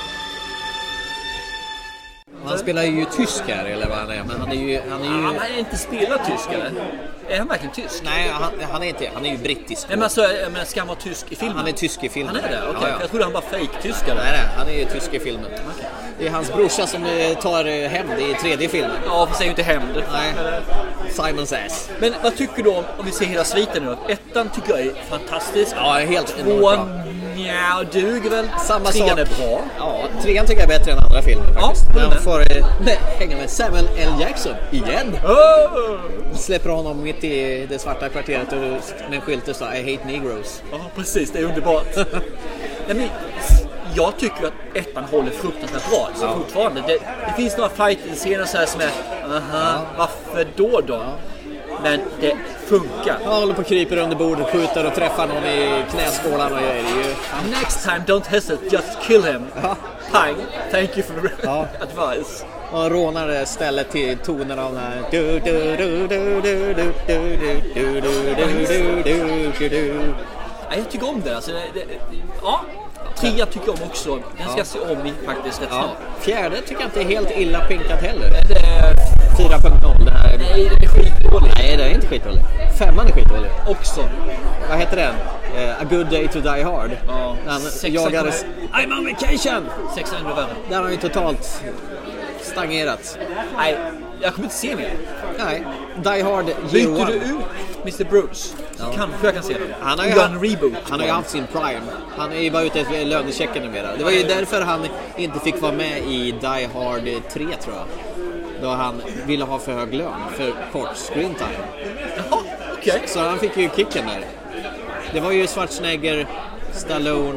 Han spelar ju tysk här, eller vad han är, men han är ju... Han är ju... Han är inte spelat tysk, eller? Är han verkligen tysk? Nej, han, han är inte. Han är ju brittisk. Nej, men, alltså, men ska han vara tysk i filmen? Han är tysk i filmen. Han är det? Okej, okay. ja, ja. Jag trodde han var fake-tyskare. Nej, nej, han är ju tysk i filmen. Okay. Det är hans brorsa som tar hem det i tredje filmen. Ja, för säger ju inte hem det. Nej, Simons ass. Men vad tycker du om, om vi ser hela sviten nu? Ettan tycker jag är fantastisk. Ja, helt enormt bra. Ja, duger väl. Samma trean sak. är bra. Ja, trean tycker jag är bättre än andra filmer faktiskt. Ja, han får nej, hänga med Samuel L. Jackson igen. Oh! Släpper honom mitt i det svarta kvarteret och med en skylt och så I hate negroes. Ja, precis. Det är underbart. Nej, men jag tycker att ettan håller fruktansvärt bra. Så ja. fortfarande. Det, det finns några fight-scener så här som är aha, ja. varför då då? Ja. Men det funkar. Han håller på och kryper under bordet, skjuter och träffar någon i knäskålan och gör det ju. Next time, don't hesitate, just kill him. Ja. Pang, thank you for the ja. advice. Och rånar stället till tonen av den här. Du, du, du, du, du, du, du, du, du, du, du, du. Ja, jag tycker om det. Alltså, det, det ja, trea tycker jag om också. Den ska ja. se om i faktiskt rätt snart. Ja. Fjärde tycker jag inte är helt illa pinkat heller. Det är fyra punkt noll. Nej, det är skitdålig. Nej, det är inte skitdålig. Femman är skitdålig. Också. Vad heter den? Uh, A Good Day to Die Hard. Ja. Han jagades... I'm on vacation! Sex ändå värre. Där har han ju totalt stagnerat. Nej, jag kommer inte se mer. Nej, Die Hard Byter Year du ut mister Bruce så ja. kanske jag kan se det. Han har ju haft, en reboot. Han har ju haft sin prime. Han är ju bara ute efter lönechecken numera. Det var ju därför han inte fick vara med i Die Hard tre, tror jag. Då han ville ha för hög lön för kort screen time. Jaha, okej. Okay. Så han fick ju kicken där. Det var ju Schwarzenegger, Stallone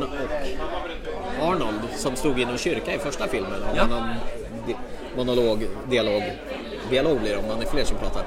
och Arnold som stod i någon kyrka i första filmen. Och ja. någon di- monolog, dialog. Dialog blir det om man är fler som pratar.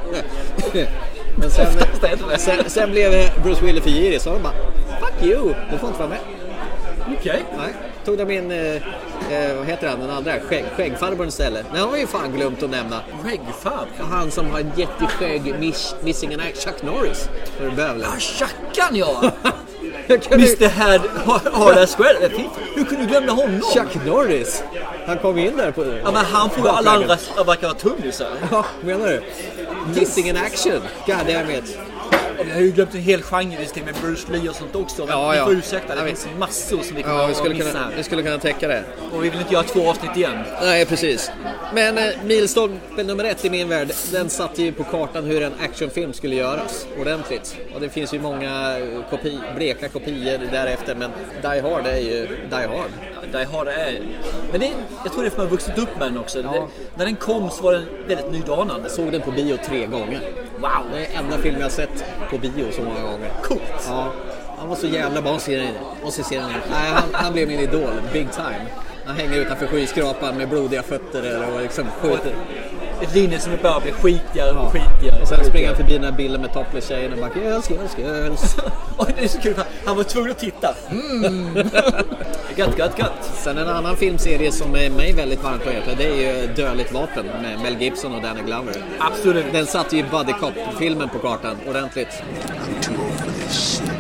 Men sen, sen, sen blev Bruce Willis för girig så de bara, fuck you, du får inte vara med. Okej. Okay. Nej, tog de in, eh, vad heter han, den andra, Skägg, Skäggfarbrorn istället. Nej, han har ju fan glömt att nämna. Skäggfarbrorn? Han som har en jätteskägg, miss, missing an act, Chuck Norris. För bövlen. Ja, Chuckan ja! mister Had Hard Square. Hur kunde du glömma honom? Chuck Norris. Han kom in där på... Ja, men han får ju alla andra att verka vara tunnisar. Ja, menar du? Missing in action. God damn it. Jag har ju glömt en hel genre med Bruce Lee och sånt också. Men ja, vi ja. får ursäkta, det finns massor som vi kommer ja, att vi skulle missa kunna, här. Vi skulle kunna täcka det. Och vi vill inte göra två avsnitt igen. Nej, precis. Men eh, milstolpe nummer ett i min värld, den satte ju på kartan hur en actionfilm skulle göras ordentligt. Och det finns ju många kopi, bleka kopior därefter, men Die Hard är ju Die Hard. Ja, Die Hard är... Men det, jag tror det är för man har vuxit upp med den också. Ja. Det, när den kom så var den väldigt nydanande. Jag såg den på bio tre gånger. Wow! Det är enda film jag har sett på bio så många gånger. Coolt! Ja, han var så jävla bra serien. Måste se den. Nej, han, han blev min idol, big time. Han hänger utanför skyskrapan med blodiga fötter och liksom skjuter. Ett linje som är bara blir skitigare och skitigare. Och sen springer han förbi den här bilden med topless-tjejen och bara girls, girls, girls. Oj, det är så kul. Han var tvungen att titta. Mm. Gött, gött, gött. Sen en annan filmserie som är mig väldigt varmt på hjärtat, det är ju Dödligt vapen med Mel Gibson och Danny Glover. Absolut. Den satte ju Buddy Cop-filmen på kartan ordentligt. I'm too old for this.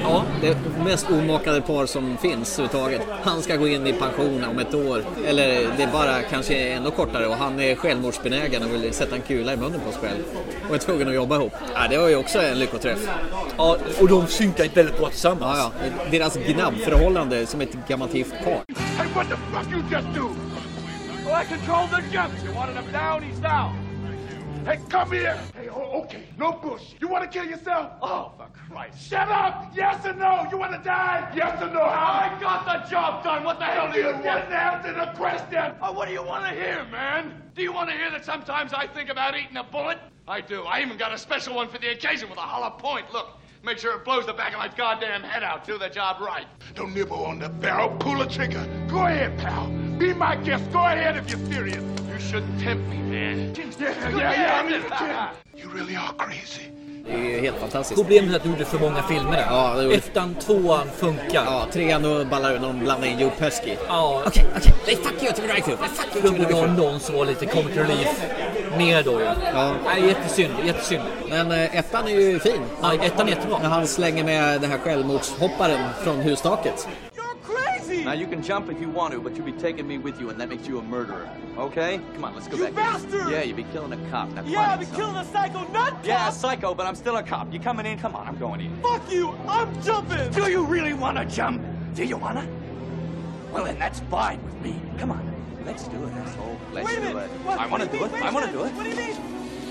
Ja. Det mest omakade par som finns överhuvudtaget. Han ska gå in i pension om ett år. Eller det är bara kanske ännu kortare. Och han är självmordsbenägen och vill sätta en kula i munnen på sig själv. Och är tvungen att jobba ihop. Ja, det var ju också en lyckoträff. Ja, och de synkar inte väldigt bra tillsammans. Ja, ja. Deras gnabbförhållande som ett gammalt gift par. Hey, what the fuck you just do? Oh, I control the jump. You wanted him down, he's down. Hey, come here. Hey, oh, okay, no bullshit. You want to kill yourself? Oh, for Christ. Shut up! Yes or no? You want to die? Yes or no? I got the job done. What the hell do you want? You didn't answer the question. Oh, what do you want to hear, man? Do you want to hear that sometimes I think about eating a bullet? I do. I even got a special one for the occasion with a hollow point. Look. Make sure it blows the back of my goddamn head out. Do the job right. Don't nibble on the barrel. Pull the trigger. Go ahead, pal. Be my guest. Go ahead if you're serious. You shouldn't tempt me, man. Yeah, yeah, yeah. I mean, you really are crazy. Det är helt fantastiskt. Problemet är att du gjorde för många filmer där. Ja, det gjorde... Ettan, tvåan funkar. Ja, trean och ballar någon blandar in Joe Pesci. Ja. Okej, okej. Nej, fuck you to the right foot. Fuck you to the right foot. Någon som var lite comic relief mer då ju. Ja. Nej, jättesynd, jättesynd. Men äh, ettan är ju fin. Ja, ettan är jättebra. När han slänger med den här självmordshopparen från hustaket. Now you can jump if you want to, but you'll be taking me with you, and that makes you a murderer. Okay? Come on, let's go you back. You bastard! Yeah, you'll be killing a cop. Now, yeah, I'll be son. killing a psycho nut cop! Yeah, a psycho, but I'm still a cop. You coming in? Come on, I'm going in. Fuck you! I'm jumping! Do you really want to jump? Do you want to? Well, then that's fine with me. Come on. Let's do it, asshole. Let's Wait a do minute. it. What? I want to do it. Wait I want to do it. What do you mean?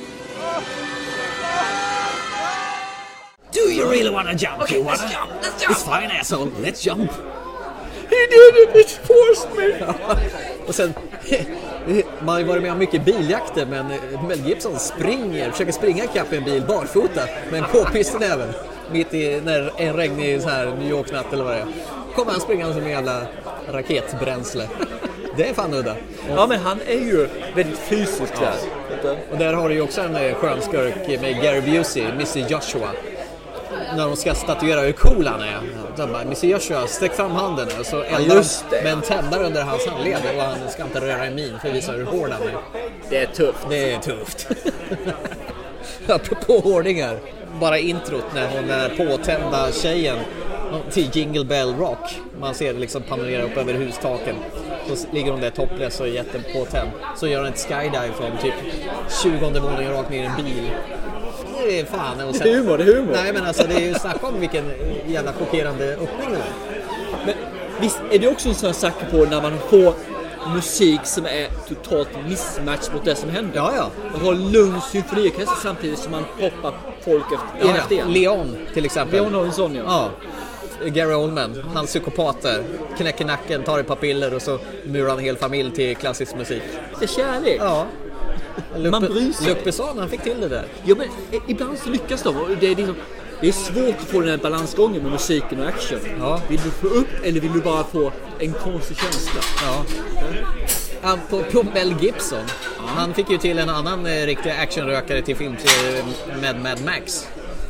Do you really want to jump? Okay, you let's wanna? jump. Let's jump. It's fine, asshole. Let's jump. He did it! It forced me! Och sen, man har ju varit med om mycket biljakter, men Mel Gibson springer, försöker springa ikapp i en bil barfota med en k-pisten även. Mitt i när en regnig så här New York-natt eller vad det är. Kommer han springa som en jävla raketbränsle. Det är fan udda. Ja, men han är ju väldigt fysiskt där. Ja. Och där har du ju också en skön skurk med Gary Busey, mister Joshua. När de ska statuera hur cool han är. De bara, mister Joshua, sträck fram handen och så eldar ja, de med en tändare under hans handled och han ska inte röra en min för att visa hur hård han är. Det är tufft. Det är tufft. Apropå hårdingar. Bara introt när hon är påtända tjejen till Jingle Bell Rock. Man ser det liksom panorera upp över hustaken. Så ligger hon där topless och är jättepåtänd. Så gör hon ett skydive från typ tjugonde våningen rakt ner i en bil. Det är fan. Och sen, det är humor, det är humor. Nej, men alltså det är ju snack om vilken jävla chockerande öppning det är. Men visst är det också en sån här sak på när man får musik som är totalt mismatch mot det som händer. Ja, ja. Man har lugn symfoniorkester samtidigt som man poppar folk efter, ja, efter ja. Leon till exempel. Leon har en sån, ja. Ja. Gary Oldman, hans psykopater, knäcker nacken, tar ett par piller och så murar han en hel familj till klassisk musik. Det är kärlek. Ja. Luppe, man bryr sig. Luppesson, han fick till det där. Ja, men ibland så lyckas de. Det är, liksom, det är svårt att få den här balansgången med musiken och action. Ja. Vill du få upp eller vill du bara få en konstig känsla? Ja. Han på, på Mel Gibson. Ja. Han fick ju till en annan eh, riktig actionrökare till film till, med Mad Max.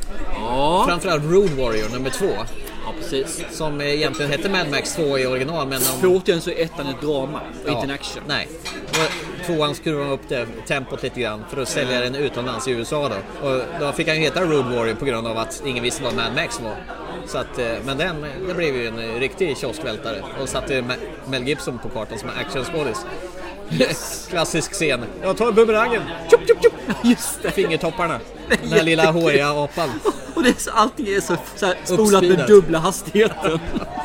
Ja. Framförallt Road Warrior nummer två. Ja, precis. Som egentligen hette Mad Max två i original. Men om... För återigen så är ettan ett drama och ja. inte en action. Nej. Tvåan skruvade upp det tempot lite grann för att sälja den utomlands i U S A då. Och då fick han ju heta Road Warrior på grund av att ingen visste vad Mad Max var. Så att, men den, det blev ju en riktig kioskvältare och satte Mel Gibson på kartan som en actionskådis. Yes. Klassisk scen. Jag tar bumerangen. Tjup, tjup, tjup. Just det. Fingertopparna. Den här lilla håriga apan. Och det är så, allting är så, så här, spolat med dubbla hastigheten.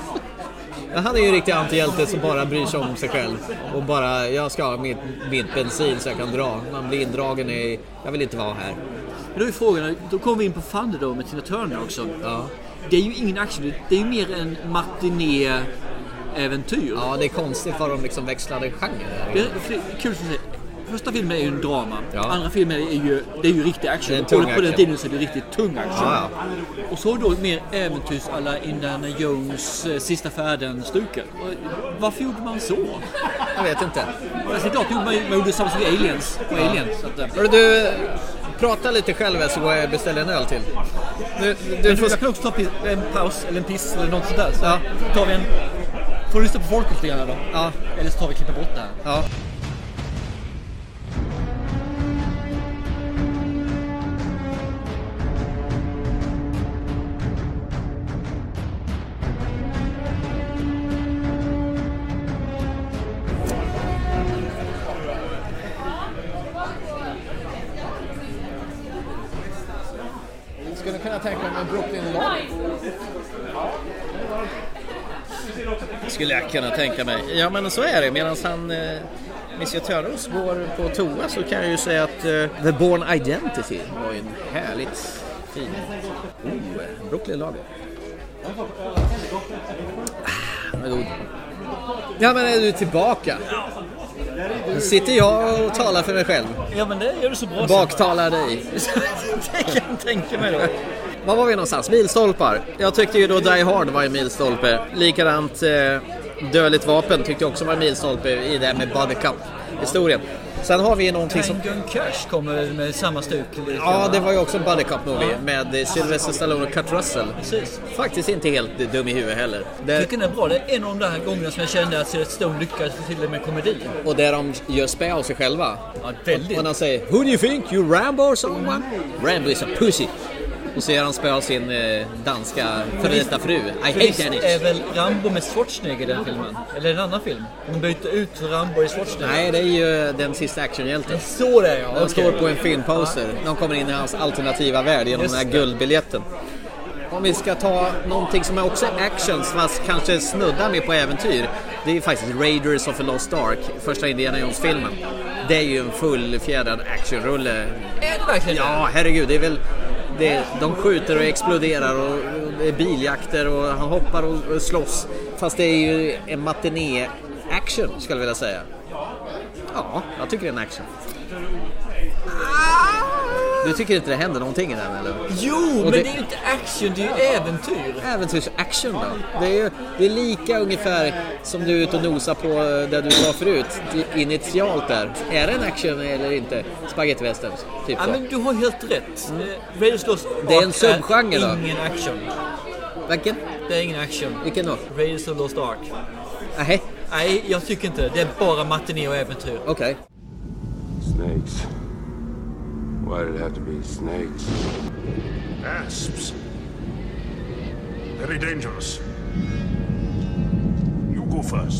Men han är ju en riktig antihjälte som bara bryr sig om sig själv. Och bara, jag ska ha mitt, mitt bensin så jag kan dra. Man blir indragen i, jag vill inte vara här. Men då är frågan, då kommer vi in på Thunderdome med Tina Turner också. Ja. Det är ju ingen action, det är ju mer en matiné äventyr. Ja, det är konstigt vad de liksom växlade genre. Det är, det är kul att se. Första filmen är ju en drama. Ja. Andra filmen är ju, det är ju riktig action. Det är tung och på action. den tiden så är det riktigt tung action. Ja, ja. Och så då mer äventyrs alla Indiana Jones eh, sista färden-stuket. Varför gjorde man så? Jag vet inte. Alltså, idag gjorde man, man gjorde samma som Aliens. Och Ja. Aliens så att, Hörru, du, prata lite själv så går jag och beställer en öl till. Du, du, du får... Jag kan också ta en paus eller en piss eller något sådär. Så ja. tar vi en... Får du lyssna på folket lite grann då? Ja. Eller så tar vi klippa bort det här. Ja. Skulle jag kunna tänka mig. Ja, men så är det. Medan han, eh, Monsieur Turtles går på toa så kan jag ju säga att eh, The Bourne Identity var en härligt fin. Oh, Brooklyn Lager. Ah, god. Ja, men är du tillbaka? Nu sitter jag och talar för mig själv. Ja, men det gör du så bra. Baktalar dig. Det kan jag tänka mig då. Var var vi någonstans? Milstolpar. Jag tyckte ju då Die Hard var en milstolpe. Likadant eh, Dödligt vapen tyckte jag också var en milstolpe i det här med Body Cup-historien. Sen har vi någonting som... Tango and Cash kommer med samma stuk. Ja, det var ju också en Body Cup-movie ja. Med Sylvester Stallone och Kurt Russell. Precis. Faktiskt inte helt dum i huvudet heller. Det... Jag tycker det är bra. Det är en av de där gångerna som jag kände att Sylvester Stallone lyckades till med komedi. Och där de gör spä av sig själva. Ja, väldigt. Och han säger, who do you think? You Rambo or someone? Rambo is a pussy. Och så gör han spö av sin eh, danska före detta fru. I hate Danish. Är väl Rambo med Schwarzenegger i den filmen? Eller en annan film? De byter ut Rambo i Schwarzenegger. Nej, det är ju den sista actionhjälten. Så det är, ja. De okay. står på en filmposter. De kommer in i hans alternativa värld genom Just den här det. guldbiljetten. Om vi ska ta någonting som är också action, fast kanske snuddar med på äventyr. Det är faktiskt Raiders of the Lost Ark, första Indiana Jones-filmen. Det är ju en fullfjädrad actionrulle. Är det verkligen? Ja, herregud, det är väl... Det, de skjuter och exploderar och det är biljakter och han hoppar och, och slåss. Fast det är ju en matiné-action skulle jag vilja säga. Ja, jag tycker det är en action. Du tycker inte det händer någonting i den, eller? Jo, och men det... det är ju inte action, det är ju äventyr. Äventyrsaction då? Det är ju det är lika ungefär som du är ute och nosar på där du sa förut, initialt där. Är det en action eller inte? Spaghetti western, typ ja, så. men du har helt rätt. Mm. Raiders Lost Ark det är en subgenre då? Ingen action. Vilken? Det är ingen action. Vilken då? Raiders of Lost Ark. Nej. Nej, jag tycker inte det. Det är bara matiné och äventyr. Okej. Okay. Snakes. Why did it have to be snakes? Asps. Very dangerous. You go first.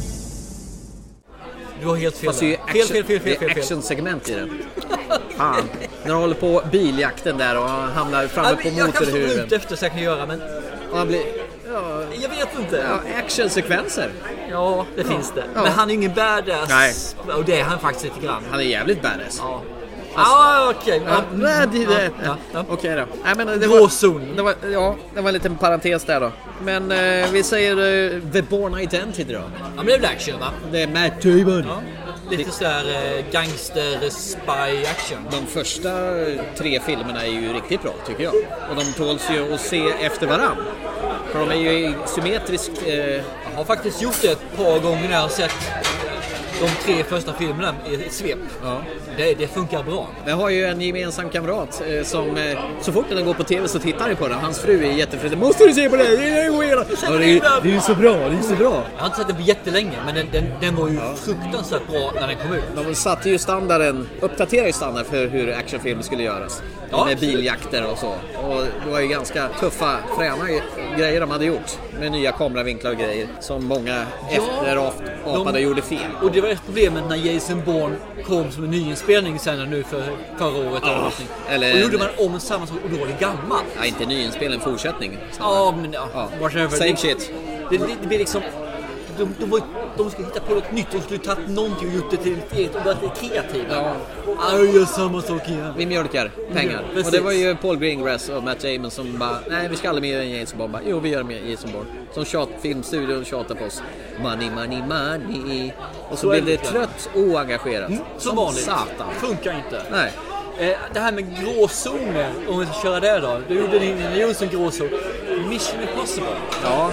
Du har helt fel. Fast det är fel, fel, fel, fel, fel, det är actionsegment i den. Fan. När de håller på biljakten där och hamnar framme på motorhuven. Jag kan stå ut efter så jag kan göra, men... Och han blir... Ja, jag vet inte. Ja, actionsekvenser. Ja, det ja. finns det. Ja. Men han är ingen badass. Nej. Och det är han faktiskt lite grann. Han är jävligt badass. Ja. Alltså, ah, okej. Okay. Ja, nej, det, det. Ja, ja. Okej okay då. Nej, men det var, det var, ja, det var en liten parentes där då. Men eh, vi säger eh, The Bourne Identity då. Ja, men det är väl action, va? Det är Matt Damon. Ja. Lite sådär eh, gangster spy action. De första tre filmerna är ju riktigt bra tycker jag. Och de tåls ju att se efter varann. För de är ju symmetriskt... Eh... Jag har faktiskt gjort det ett par gånger när jag har sett de tre första filmerna i ett svep. Ja. Det, det funkar bra. Jag har ju en gemensam kamrat eh, som eh, så fort den går på tv så tittar jag på den. Hans fru är jättefri. Måste du se på det? Det är ju ja, det, det är så bra, det är så bra. Jag har inte sett den på jättelänge, men den, den, den var ju ja. fruktansvärt bra när den kom ut. De satte ju standarden, uppdaterade ju standard för hur actionfilmer skulle göras. Ja, med biljakter och så. Och det var ju ganska tuffa, fräna grejer de hade gjort. Med nya kameravinklar och grejer. Som många ja, efter apade de, gjorde fel. Och det var ett problemet när Jason Bourne kom som en nyinspelning sen nu för förra året. Ja, eller och gjorde man om samma sak och då var det gammalt. Ja, inte nyinspelning, fortsättning. Ja, men ja. ja. Same shit. Det, det, det blir liksom... De, de, var, de skulle hitta på något nytt. De skulle tagit någonting och gjort det till ett eget och varit kreativa. Ja. Jag gör samma sak igen. Vi mjölkar pengar. Ja, och det var ju Paul Greengrass och Matt Damon som bara, nej vi ska aldrig med en Jason Bourne. Jo, vi gör med Jason Bourne. Som tjat, filmstudion tjatar på oss. Money, money, money. Och så, så blev det trött och oengagerat. Mm, som vanligt. Satan. Funkar inte. Nej. Eh, det här med gråzoner, om vi ska köra där då. Du gjorde din Johnson gråzon. Mission Impossible. Ja.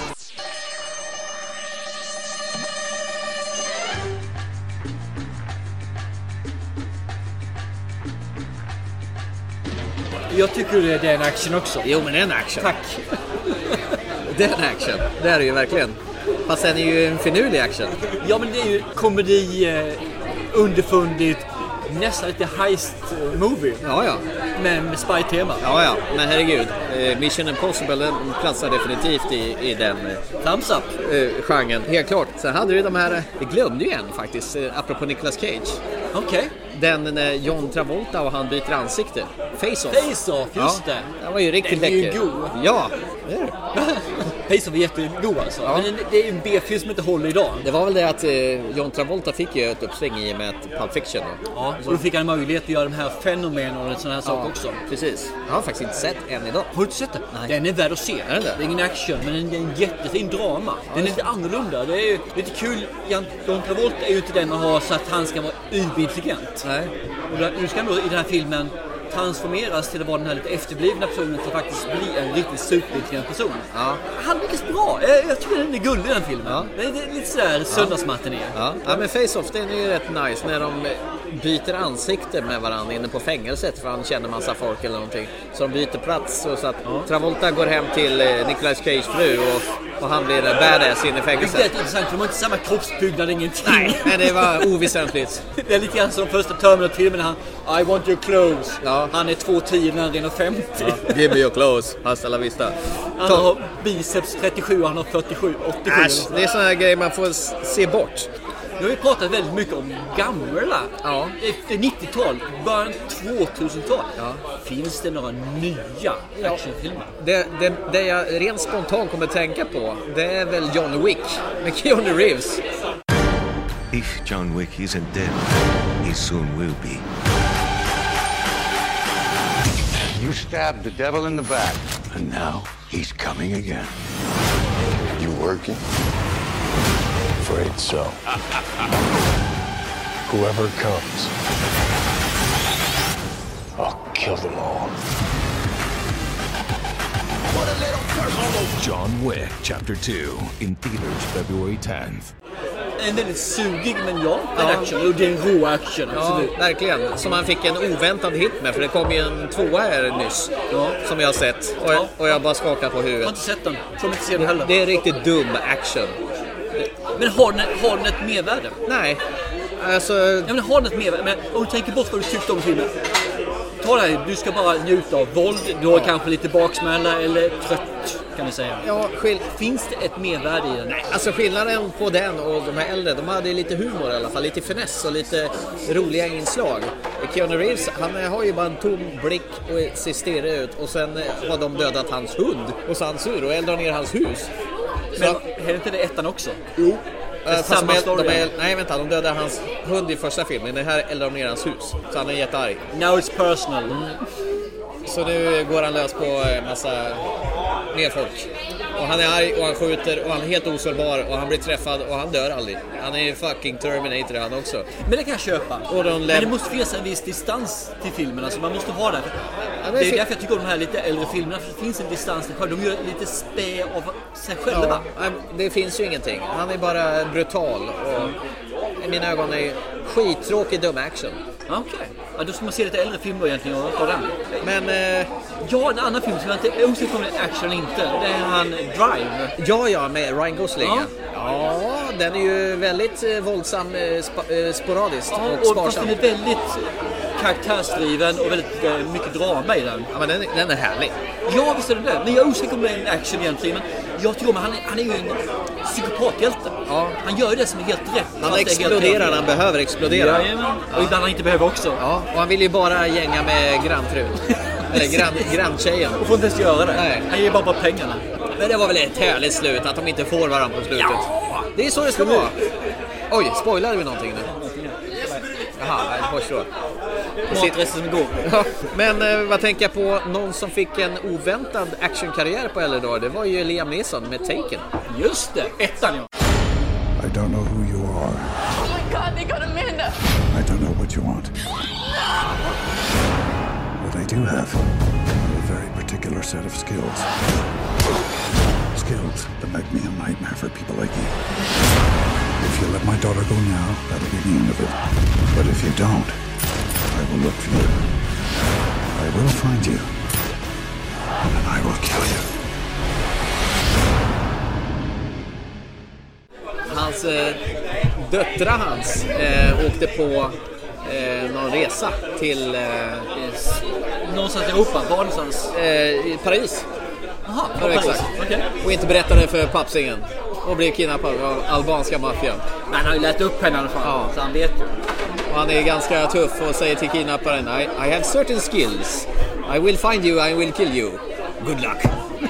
Jag tycker det är en action också. Jo, men det är en action. Tack. Det är en action. Det är det ju verkligen. Fast den är ju en finurlig action. Ja, men det är ju komedi, eh, underfundigt, nästan lite heist-movie. Ja, ja. Men med spy-tema. Ja, ja. Men herregud. Eh, Mission Impossible platsar definitivt i, i den eh, thumbs up eh, genren. Helt klart. Sen hade du de här, det glömde ju en faktiskt, eh, apropå Nicolas Cage. Okej. Okay. Den när John Travolta och han byter ansikte. Face-Off. Face-Off, just ja, det. Den var ju riktigt läcker. Den är ju god. Ja, det är det. Face-Off är jättegod alltså. Ja. Men det är ju en B-film som inte håller idag. Det var väl det att eh, John Travolta fick ju ett uppsving i med ett Pulp Fiction. Då. Ja, och då fick han möjlighet att göra de här fenomenen och sådana här ja, saker också. Precis. Jag har faktiskt inte sett än idag. Har du inte sett den? Nej. Den är värd att se. Är det? Det är ingen action, men det är en jättefin drama. Den är lite annorlunda. Det är lite kul. John Travolta är ju inte den att ha så att han ska vara ubintelligent. Nej. Och nu ska han då i den här filmen transformeras till att vara den här lite efterblivna personen som faktiskt blir en riktigt superintelligent person. Ja. Han lyckas bra. Jag, jag tycker den är gullig den filmen. Ja. Det är lite sådär söndagsmatten är. Ja. Ja, men Face-Off, den är ju rätt nice när de byter ansikte med varandra inne på fängelset för han känner massa folk eller någonting. Så de byter plats och så att ja. Travolta går hem till eh, Nicolas Cage fru och, och han blir badass inne i fängelset. Det är intressant för de har inte samma kroppsbyggnad, ingenting. Nej, men det var oväsentligt. Det är lite grann som första Terminator-filmen han I want your clothes. Ja. Han är två tio när han är en femtio. Ja. Give me your clothes. Hasta la vista. Han har biceps trettiosju och han har fyrtiosju, åttiosju. Äsch, det är såna här grejer man får se bort. Nu har vi pratat väldigt mycket om gamla. Ja. Efter nittiotal, början tvåtusental. Ja. Finns det några nya actionfilmer? Det, det, det jag rent spontant kommer tänka på, det är väl John Wick med Keanu Reeves. If John Wick isn't dead, he soon will be. You stabbed the devil in the back. And now he's coming again. You working? Afraid so. Whoever comes, I'll kill them all. John Wick Chapter two in theaters February tenth. En väldigt sugig men ja, en action. Och det är en rå action. Ja, verkligen. Som man fick en oväntad hit med. För det kom ju en tvåa här nyss. Ja. Som jag har sett. Och jag, och jag bara skakar på huvudet. Jag har inte sett den. Får inte se den heller. Det är riktigt dum action. Men har den, har den ett mervärde? Nej. Alltså... Ja, men har den ett mervärde? Men om du tänker bort vad du tyckte om filmen. Ta det här, du ska bara njuta av våld. Du har kanske lite baksmälla eller trött, kan vi säga. Ja, skill- Finns det ett mervärde i den? Nej, alltså skillnaden på den och de här äldre, de hade lite humor i alla fall. Lite finess och lite roliga inslag. Keanu Reeves, han har ju bara en tom blick och ser stirrig ut. Och sen har de dödat hans hund och sansur och eldar ner hans hus. Men så, är det inte det ettan också? Jo. Uh, samma är, story. De är, nej vänta, de dödade hans hund i första filmen. Den här eldar de ner hans hus. Så han är jättearg. Now it's personal. Mm. Så nu går han lös på en massa mer folk. Och han är arg och han skjuter och han är helt osårbar och han blir träffad och han dör aldrig. Han är ju fucking Terminator han också. Men det kan jag köpa. Och de men det måste finnas en viss distans till filmen. Alltså man måste ha det. Ja, det är fin- därför jag tycker om de här lite äldre filmerna. För det finns en distans. De gör lite spä av sig själva. Ja, det finns ju ingenting. Han är bara brutal. Och i mina ögon är skittråkig dum action. Okej. Okay. Ja, då ska man se lite äldre filmer egentligen och ta den. Men... Eh... Ja, en annan film som jag inte är osäker om det är action inte. Det är han Drive. Ja, ja, med Ryan Gosling. Ja. Ja, den är ju väldigt eh, våldsam, eh, sp- eh, sporadiskt ja, och, och sparsam. Fast den är väldigt karaktärsdriven och väldigt eh, mycket drama i den. Ja, men den, den är härlig. Ja, visst är det det. Men jag är osäker om det är en action egentligen. Men jag tror att han, han är ju en psykopathjälte. Ja. Han gör det som är helt rätt. Han exploderar när han behöver explodera. Ja, och ibland han inte behöver också. Ja, och han vill ju bara gänga med grannfrun. Eller grann, granntjejen. Och får inte ens göra det. Nej. Han ger bara, bara pengarna. Men det var väl ett härligt slut att de inte får varandra på slutet. Ja. Det är så det ska vara. Oj, spoilar vi någonting nu? Jaha, jag förstår. Matresten som går. Ja, men eh, vad tänker jag på någon som fick en oväntad actionkarriär på äldre dagar? Det var ju Liam Neeson med Taken. Just det, ettan ja. I don't know who you are. Oh my God, they got Amanda. I don't know what you want. What I do have are a very particular set of skills. Skills that make me a nightmare for people like you. If you let my daughter go now, that'll be the end of it. But if you don't, I will look for you. I will find you. And I will kill you. Hans äh, döttrar hans äh, åkte på äh, någon resa till äh, någonstans i Europa, var någonstans? Äh, i Paris. Jaha, Paris. Okay. Och inte berättade för pappsingen. och blir kidnappad av albanska maffian. Men han har ju lärt upp henne i alla fall, ja. Så han vet ju. Och han är ganska tuff och säger till kidnapparen, I, I have certain skills. I will find you, I will kill you. Good luck.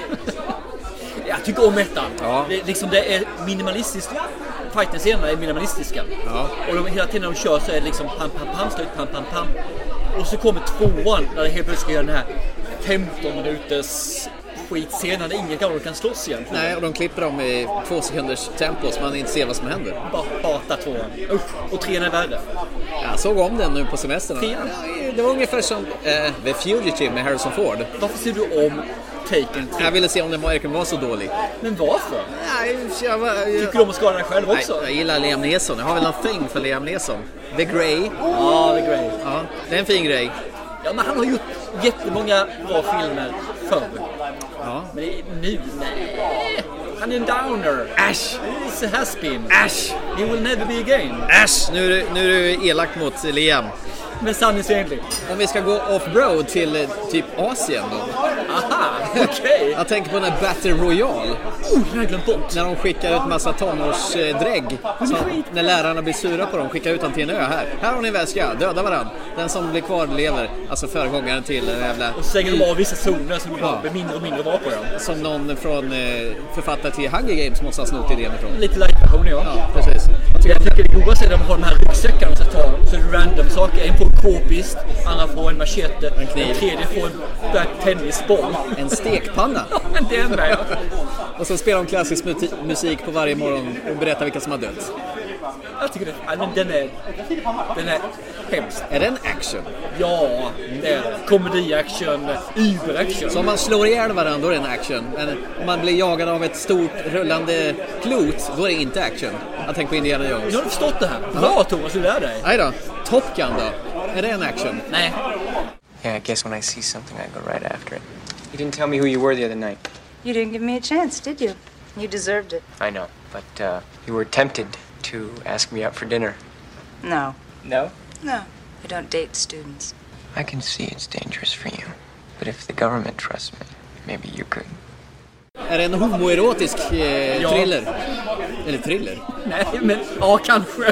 Jag tycker om ettan. Ja. Det, liksom det är minimalistiskt. Fighten-scenerna är minimalistiska. Ja. Och de, hela tiden när de kör så är det liksom pam, pam, pam, slut, pam, pam, pam. Och så kommer tvåan där det helt plötsligt gör den här femton minuters skitscenen där ingen gammal kan slåss egentligen. Nej, och de klipper dem i två sekunders tempo så man inte ser vad som händer. Bara bata tvåan. Usch, och trean är värre. Jag såg om den nu på semestern. Trean? Ja, det var ungefär som uh, The Fugitive med Harrison Ford. Varför ser du om Taken? Jag ville se om den verkligen var så dålig. Men varför? Nej, jag, jag, jag, Tycker du om att skada dig själv också? Nej, jag gillar Liam Neeson. Jag har väl någon thing för Liam Neeson. The Grey. Ja, The Grey. Ja, det är en fin grej. Ja, men han har gjort jättemånga bra filmer förr. Ja. Men det är nu, nej. Han är en downer. Ash! He's a has-been. Ash! He will never be again. Ash! Nu är du, nu är du elakt mot Liam. Men sanningsenligt. Om vi ska gå off-road till typ Asien då. Aha, okej. Okay. Jag tänker på den här Battle Royale. Oh, jag har glömt bort. När de skickar ut massa tonårsdrägg. Så när lärarna blir sura på dem, skickar ut dem till en ö här. Här har ni en väska, döda varann. Den som blir kvar lever, alltså föregångaren till en jävla... Och så stänger de av vissa zoner som ja. blir mindre och mindre var på dem. Som någon från eh, författare till Hunger Games måste ha snott idén ifrån. Lite light-version, ja. Ja, precis. Jag tycker det godaste är att de har de här ryggsäckarna som tar så är det random saker. En får en k-pist, andra får en machete, en kniv. Den tredje får en back tennisboll. En stekpanna. Ja, det är med. Och så spelar de klassisk musik på varje morgon och berättar vilka som har dött. Jag tycker det. Ja, den är den är hemskt. Är det en action? Ja, det är komedi-action, über-action. Så om man slår ihjäl varandra då är det en action. Men om man blir jagad av ett stort rullande klot, då är det inte action. Jag tänker på Indiana Jones. Du har förstått det här. Bra, Thomas, du lär dig. Nej då. Top Gun då? Är det en action? Nej. Yeah, I guess when I see something I go right after it. You didn't tell me who you were the other night. You didn't give me a chance, did you? You deserved it. I know, but uh, you were tempted to ask me out for dinner. No. No? No. I don't date students. I can see it's dangerous for you. But if the government trusts me, maybe you could. Är det en homoerotisk eh, ja. thriller? Eller thriller? Nej, men ja, kanske.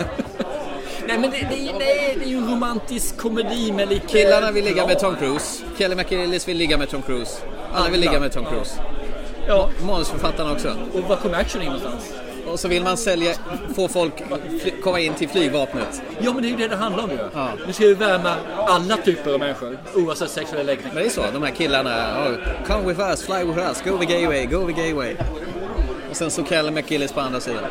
Nej, men det, det, nej, det är ju en romantisk komedi med lite... Killarna vill ligga med Tom Cruise. Kelly McGillis vill ligga med Tom Cruise. Alla vill ligga med Tom Cruise. Ja. Manusförfattarna också. Och vad kommer action in någonstans? Och så vill man sälja, få folk fly, komma in till flygvapnet. Ja, men det är ju det det handlar om ju. Ja. Nu ska vi värma alla typer av människor, oavsett sexuell läggning. Men det är så, de här killarna, oh, come with us, fly with us, go the gay way, go the gay way. Och sen så Kelly McGillis på andra sidan.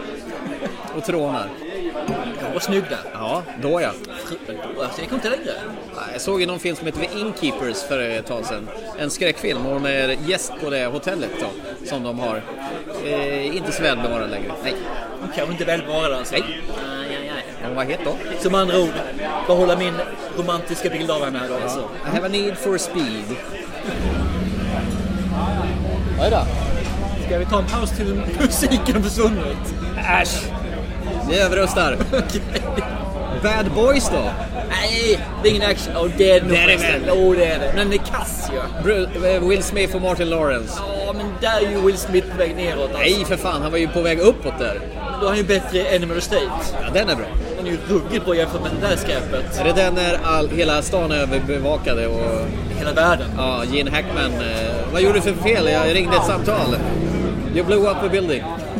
Och trånar. Jag var snygg där. Ja, då ja. Alltså, jag kom inte längre. Jag såg ju någon film som heter The Innkeepers för ett tag sedan. En skräckfilm och hon är gäst på det hotellet då, som de har. Eh, inte så välbevarad längre. Nej. Hon kanske inte välbevarad alltså. Nej. Aj, aj, aj. Hon var het då. Som andra ord, behålla min romantiska bild av henne här då. Ja. Alltså. I have a need for speed. Vad är det? Ska vi ta en paus till musiken försvunnit? Äsch! Vi överröstar. Okay. Bad Boys då? Nej, det är ingen action. Oh, det är det. Det är det väl? Oh, det är det. Men det är kass ju. Will Smith och Martin Lawrence. Ja, men där är ju Will Smith på väg neråt. Alltså. Nej, för fan. Han var ju på väg uppåt där. Men då har han ju bättre Animal Estate. Ja, den är bra. Den är ju ruggigt bra jämfört med det där skräpet. Är det den när all, hela stan är överbevakade och... Hela världen? Ja, Gene Hackman. Eh, vad gjorde du för fel? Jag ringde ett samtal. You blew up a building.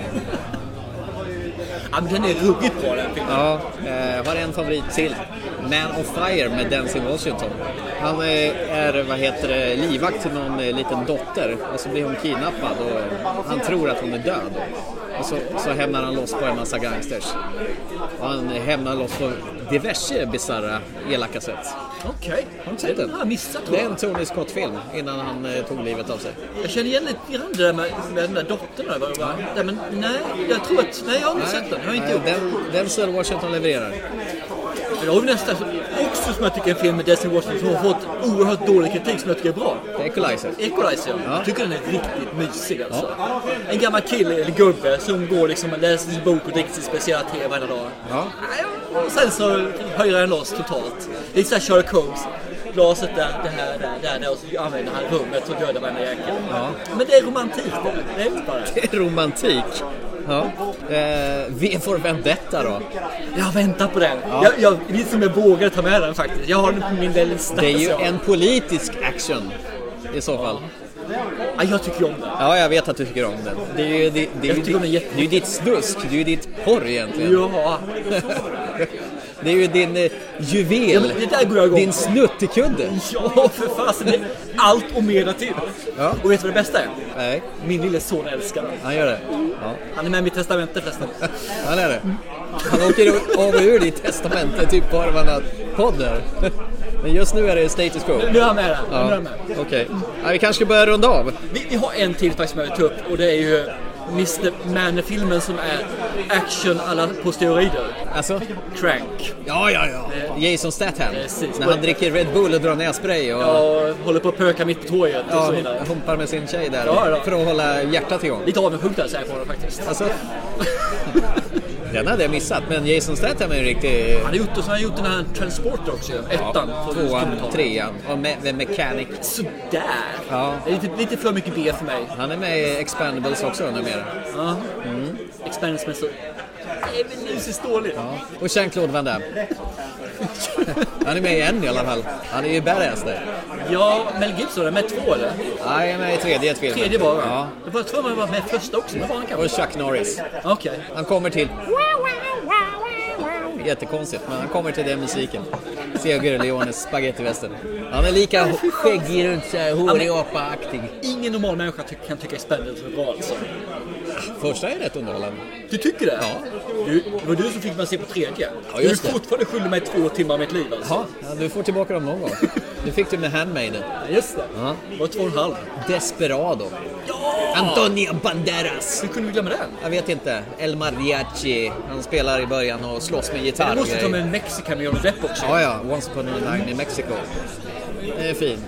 Ja, men den är ruggigt bra den filmen. Ja, jag har en favorit till. Man of Fire med Denzel Washington. Han är, vad heter det, livvakt till någon liten dotter. Och så blir hon kidnappad och han tror att hon är död. Och så, så hämnar han loss på en massa gangsters. Och han hämnar loss på diverse bizarra elaka sätt. Okej. Okay. Har du sett den? Jag har missat. Det är en Tony Scott-film innan han eh, tog livet av sig. Jag känner igen lite grann det där med, med den där dottern. Där, ja. där, men nej, jag tror att... Nej, jag har inte nej, sett den. Jag har inte nej, gjort den. Denzel Washington levererar. Men då har vi nästan också som jag tycker en film med Denzel Washington som har fått oerhört dålig kritik som jag tycker är bra. Equalizer. Equalizer, ja. Jag tycker den är riktigt mysig alltså. Ja. En gammal kille eller gubbe som går liksom och läser sin bok och dricker sin speciella te varje dag. Ja. Och sen så höjer han loss totalt. Det är så här Sherlock Holmes. Glaset där, det här, där, där, där och så använder han rummet och dödar varenda jäkel. Ja. Men det är romantik där, det är inte bara. Det är romantik. Ja. Eh, V for Vendetta då? Jag väntar på den. Ja. Jag, jag vet som jag vågar ta med den faktiskt. Jag har den på min lista. Det är ju en politisk action i så fall. Ja, jag tycker om den. Ja, jag vet att du tycker om den. Det är ju, det, det är ju, tycker om den jätte- det är ju ditt snusk, det är ju ditt porr egentligen. Ja. Det är ju din eh, juvel, Ja, men det där går jag igång din på. snuttekudde. Ja, för fasen. Det är allt och mer till. Ja. Och vet du vad det bästa är? Nej. Min lille son älskar den. Han gör det. Ja. Han är med i mitt testamente förresten. Han är det. Han åker av och ur ditt testamente typ på varannat podder. Men just nu är det status quo. Nu är han med den. Nu är Ja. han med. Okej. Okay. Ja, vi kanske ska börja runda av. Vi, vi har en till faktiskt som jag vill ta upp. Och det är ju mister Manor-filmen som är action alla på steroider. Alltså? Crank. Ja, ja, ja. Jason Statham. Precis. När han dricker Red Bull och drar nässpray och... Ja, håller på att pöka mitt på tåget och Ja, så vidare. humpar med sin tjej där Ja, ja. för att hålla hjärtat igång. Lite avundsjukt där säger jag på det faktiskt. Alltså... Den hade jag missat, men Jason Statham är en riktig... Han har gjort, och så har han gjort den här Transporter också, ettan. Ja, tvåan, trean och med, med Mechanic. Sådär. Ja. Det är lite, lite för mycket B för mig. Han är med i Expendables också numera. Ja. Mm. Expendables med så... Även nu ser dåligt. Ja. Och Jean-Claude Van Damme. Han är med i en i alla fall. Han är ju badass där. Ja, Mel Gibson är med två eller? Nej, jag är med i tredje filmen. Tredje var ja. Det var två man var med första också. Men var han kanske? Och Chuck Norris. Okej. Okay. Han kommer till... Jättekonstigt, men han kommer till den musiken. Sergio Leones spagettivästen. Han är lika skäggig runt så här, hårig apa-aktig. Ingen normal människa ty- kan tycka Expendables är bra alltså. Första är rätt underhållande. Du tycker det? Ja. Du, det var du som fick man se på tredje. Ja, just du är fortfarande skyldig mig två timmar av mitt liv alltså. Ja, ja, du får tillbaka dem någon gång. Du fick du med Handmaiden. Ja, just det. Ja. Det var två och en halv. Desperado. Ja! Antonio Banderas. Hur kunde vi glömma den? Jag vet inte. El Mariachi. Han spelar i början och slåss med gitarr. Det måste ta med en Mexican med Johnny Depp också. Ja, ja. Once upon a time in Mexico. Det är fin.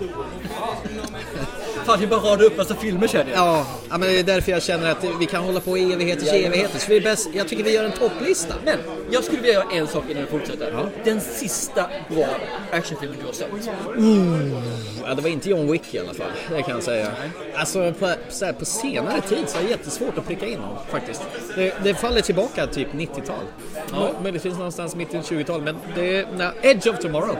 Fan, vi bara radar upp massa filmer känner jag. Ja, ja, men det är därför jag känner att vi kan hålla på i evigheters evigheter. Så vi är bäst, jag tycker vi gör en topplista. Men jag skulle vilja göra en sak innan vi fortsätter. Ja. Den sista bra actionfilmen du har sett. Mm. Ja, det var inte John Wick i alla fall, det kan jag säga. Alltså på, så här, på senare tid så är det jättesvårt att pricka in dem faktiskt. Det, det faller tillbaka typ nittiotal. Ja. Men det finns någonstans mitt i tjugotal. Men det är no, Edge of Tomorrow.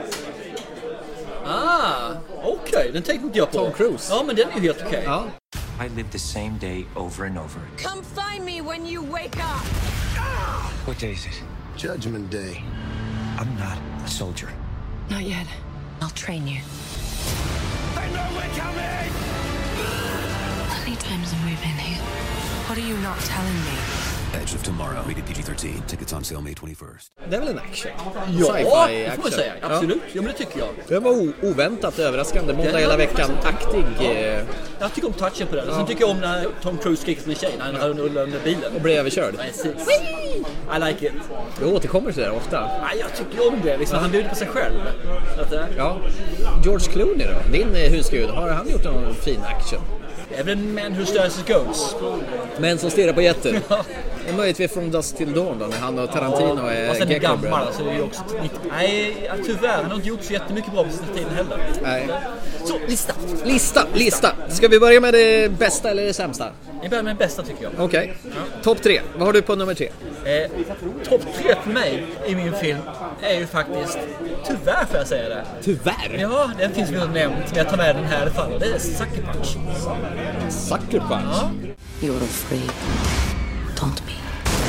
Ah, okej. Okay. Den tänkte inte jag på. Tom Cruise. Ja, men den är ju helt okej. Okay. Ja. I live the same day over and over. Come find me when you wake up. What day is it? Judgment Day. I'm not a soldier. Not yet. I'll train you. I know we're coming! How many times have we been here? What are you not telling me? Edge of Tomorrow, rated P G thirteen. Tickets on sale May twenty-first. Det är väl en action? Ja, Sci-fi det får man säga. Absolut. Ja. Ja, men det tycker jag. Det var o- oväntat överraskande. Måndag hela veckan-aktig. Ja. Jag tycker om touchen på den. Ja. Sen tycker jag om när Tom Cruise skriker som en tjej när han rullar under bilen. Och blir överkörd. Precis. I like it. Du återkommer till det ofta. Ja, jag tycker om det. Liksom, han bjuder på sig själv. Att, äh. Ja. George Clooney då? Din husgud. Har han gjort någon fin action? Det är väl en man who stares at ghosts. Män som stirrar på jätter. Det är möjligtvis från Dusk till Dawn då, när han och Tarantino ja, är och sen är Gecko gammal så det är ju också... Nej, tyvärr. Han har inte gjort så jättemycket bra på sina tiden heller. Nej. Så, lista. Lista, lista. Ska vi börja med det bästa eller det sämsta? Vi börjar med det bästa tycker jag. Okej. Okay. Ja. Topp tre. Vad har du på nummer tre? Eh, Topp tre för mig i min film är ju faktiskt... Tyvärr får jag säga det. Tyvärr? Ja, den finns vi har nämnt. Men jag tar med den här i alla fall. Och det är Sucker Punch. Sucker Punch? Ja. You're afraid. Don't be.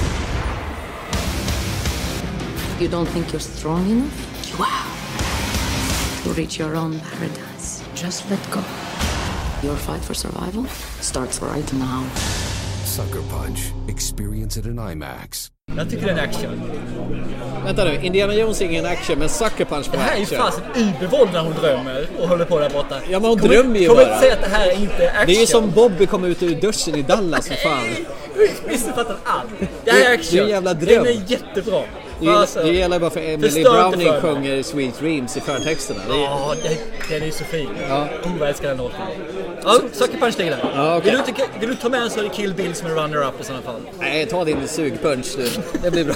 You don't think you're strong enough? You are. To reach your own paradise. Just let go. Your fight for survival starts right now. Sucker Punch. Experience it in IMAX. Jag tycker det är en action. Vänta nu, Indiana Jones är ingen action, men Sucker Punch på action. Det här är ju fast ett übervåld när hon drömmer och håller på där borta. Ja, men hon kommer, drömmer ju kommer bara. Kommer inte säga att det här är inte action. Det är ju som Bobby kom ut ur duschen i Dallas för fan. Missuppfattat allt. Det här är action. Det är en jävla dröm. Den är jättebra. Det, alltså, det gäller bara för Emily Browning för sjunger Sweet Dreams i förtexterna. Ja, det, den är ju så fin. Ja. Jag älskar den låten. Ja, Sucker Punch ligger där. Ja, okay. vill, du inte, vill du ta med en så är det Kill Bill som är runner-up i sådana fall? Nej, ta din sugpunch du. Det blir bra.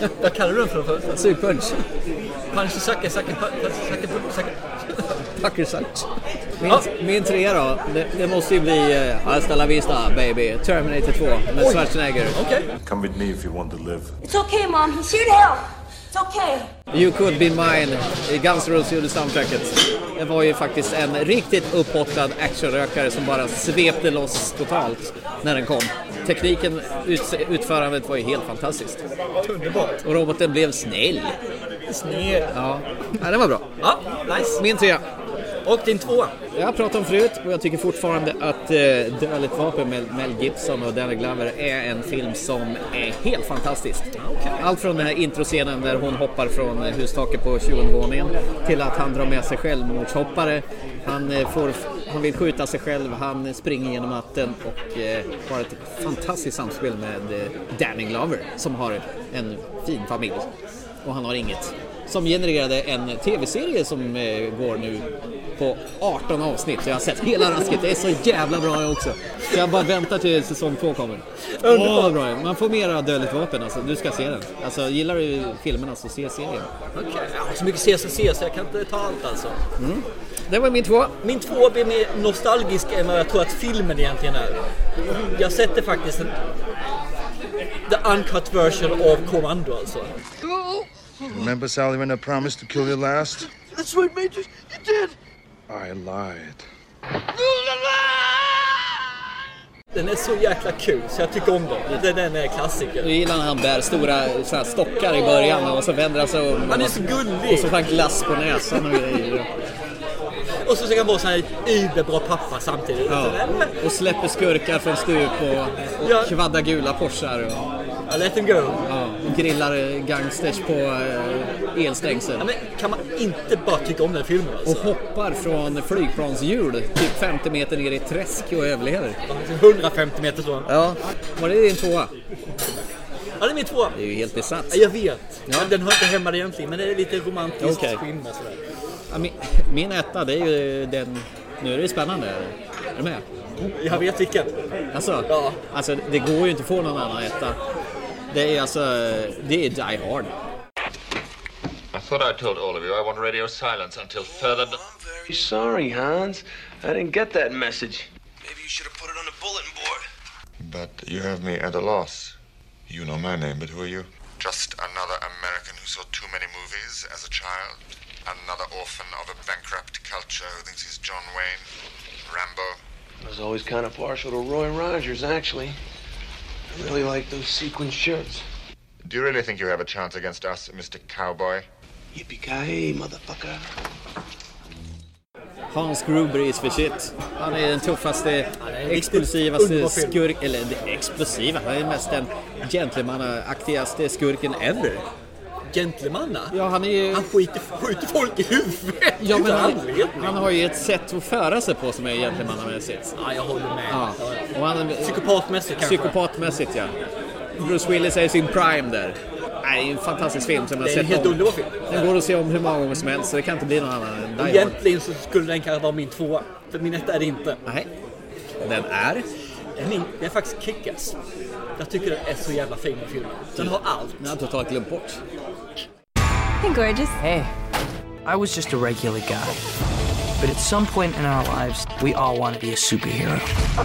Vad kallar du den för? för? Sugpunch. Punch sucker, sucker, sucker, sucker. Pucker such. Min, ja. min trea då, det, det måste ju bli uh, Hasta la vista, baby. Terminator två med Schwarzenegger. Okay. Come with me if you want to live. It's okay, Mom. He's here to help. It's okay. You Could Be Mine, Guns N' Roses gjorde soundtracket. Det var ju faktiskt en riktigt upphottad actionrökare som bara svepte loss totalt när den kom. Tekniken, ut, utförandet var ju helt fantastiskt. Underbart. Och roboten blev snäll. Snäll. Ja, ja det var bra. Ja, nice. Min trea. Och din tvåa. Jag har pratat om förut och jag tycker fortfarande att eh, Dödligt vapen med Mel Gibson och Danny Glover är en film som är helt fantastisk. Okay. Allt från den här introscenen där hon hoppar från hustaket på tjugonde våningen till att han drar med sig självmordshoppare. Han, eh, får, han vill skjuta sig själv, han springer genom natten och eh, har ett fantastiskt samspel med eh, Danny Glover som har en fin familj och han har inget. Som genererade en tv-serie som eh, går nu på arton avsnitt. Jag har sett hela rasket. Det är så jävla bra också. Så jag bara väntar till säsong två kommer. Åh, oh, bra. Man får mera Dödligt vapen. Alltså. Du ska se den. Alltså, gillar du filmerna så se serien. Okej, okay. Jag har så mycket ses och ses så jag kan inte ta allt alltså. Mm. Det var min två. Min två blir mer nostalgisk än vad jag tror att filmen egentligen är. Jag sätter faktiskt en the uncut version av Commando alltså. Remember Sally when I promised to kill you last? That's right, Major. You did. I lied. Den är så jäkla kul så jag tycker om den. Den är klassiker. Du gillar när han bär stora så här stockar i början och så vänder han sig om. Han är så gullig. Och så får han glass på näsan och grejer. Och så ska han vara så här überbra pappa samtidigt. Ja. Och släpper skurkar från stup och, och ja. Kvadda gula Porschar och... Ja, let them go. Ja, och grillar gangsters på uh, elstängsel. Ja, men kan man inte bara tycka om den filmen alltså? Och hoppar från flygplanshjul typ femtio meter ner i träsk och överlever. hundrafemtio meter så. Ja, var det din tvåa? Ja, det är min tvåa. Det är ju helt besatt. Ja, jag vet. Ja. Den har inte hemma egentligen, men det är lite romantiskt okay. film och sådär. Ja, min, min etta, det är ju den... Nu är det spännande. Är du med? Jag vet vilken. Alltså, ja. alltså, det går ju inte att få någon annan etta. Det är alltså... Det är Die Hard. I thought I told all of you I want radio silence until further... I'm very sorry, Hans. I didn't get that message. Maybe you should have put it on the bulletin board. But you have me at a loss. You know my name, but who are you? Just another American who saw too many movies as a child. Another orphan of a bankrupt culture who thinks he's John Wayne. Rambo. I was always kind of partial to Roy Rogers, actually. I really like those sequin shirts. Do you really think you have a chance against us, Mister Cowboy? Yippee-ki-yay, motherfucker. Hans Gruber is for shit. Han är den tuffaste, explosivaste skurk... Eller explosiva. Han är mest den gentlemannaaktigaste skurken ever. Gentlemanna? Ja, han är ju... Han skjuter, skjuter folk i huvudet. Ja, men han, han har ju ett sätt att föra sig på som är gentlemannamässigt. Ja, jag håller med. Ja. Och han, psykopatmässigt kanske. Psykopatmässigt, ja. Bruce Willis är i sin prime där. Nej, det är en fantastisk film som jag har sett. Det är en helt underbar film. Den går att se om hur många gånger som helst, så det kan inte bli någon annan än Die Hard. Egentligen så skulle den kanske vara min tvåa. För min etta är det inte. Nej. Den är? Den är faktiskt Kick-Ass. Jag tycker den är så jävla fin i filmen. Den har allt. Den har totalt glömt bort. Hey, gorgeous. Hey, I was just a regular guy. But at some point in our lives, we all want to be a superhero.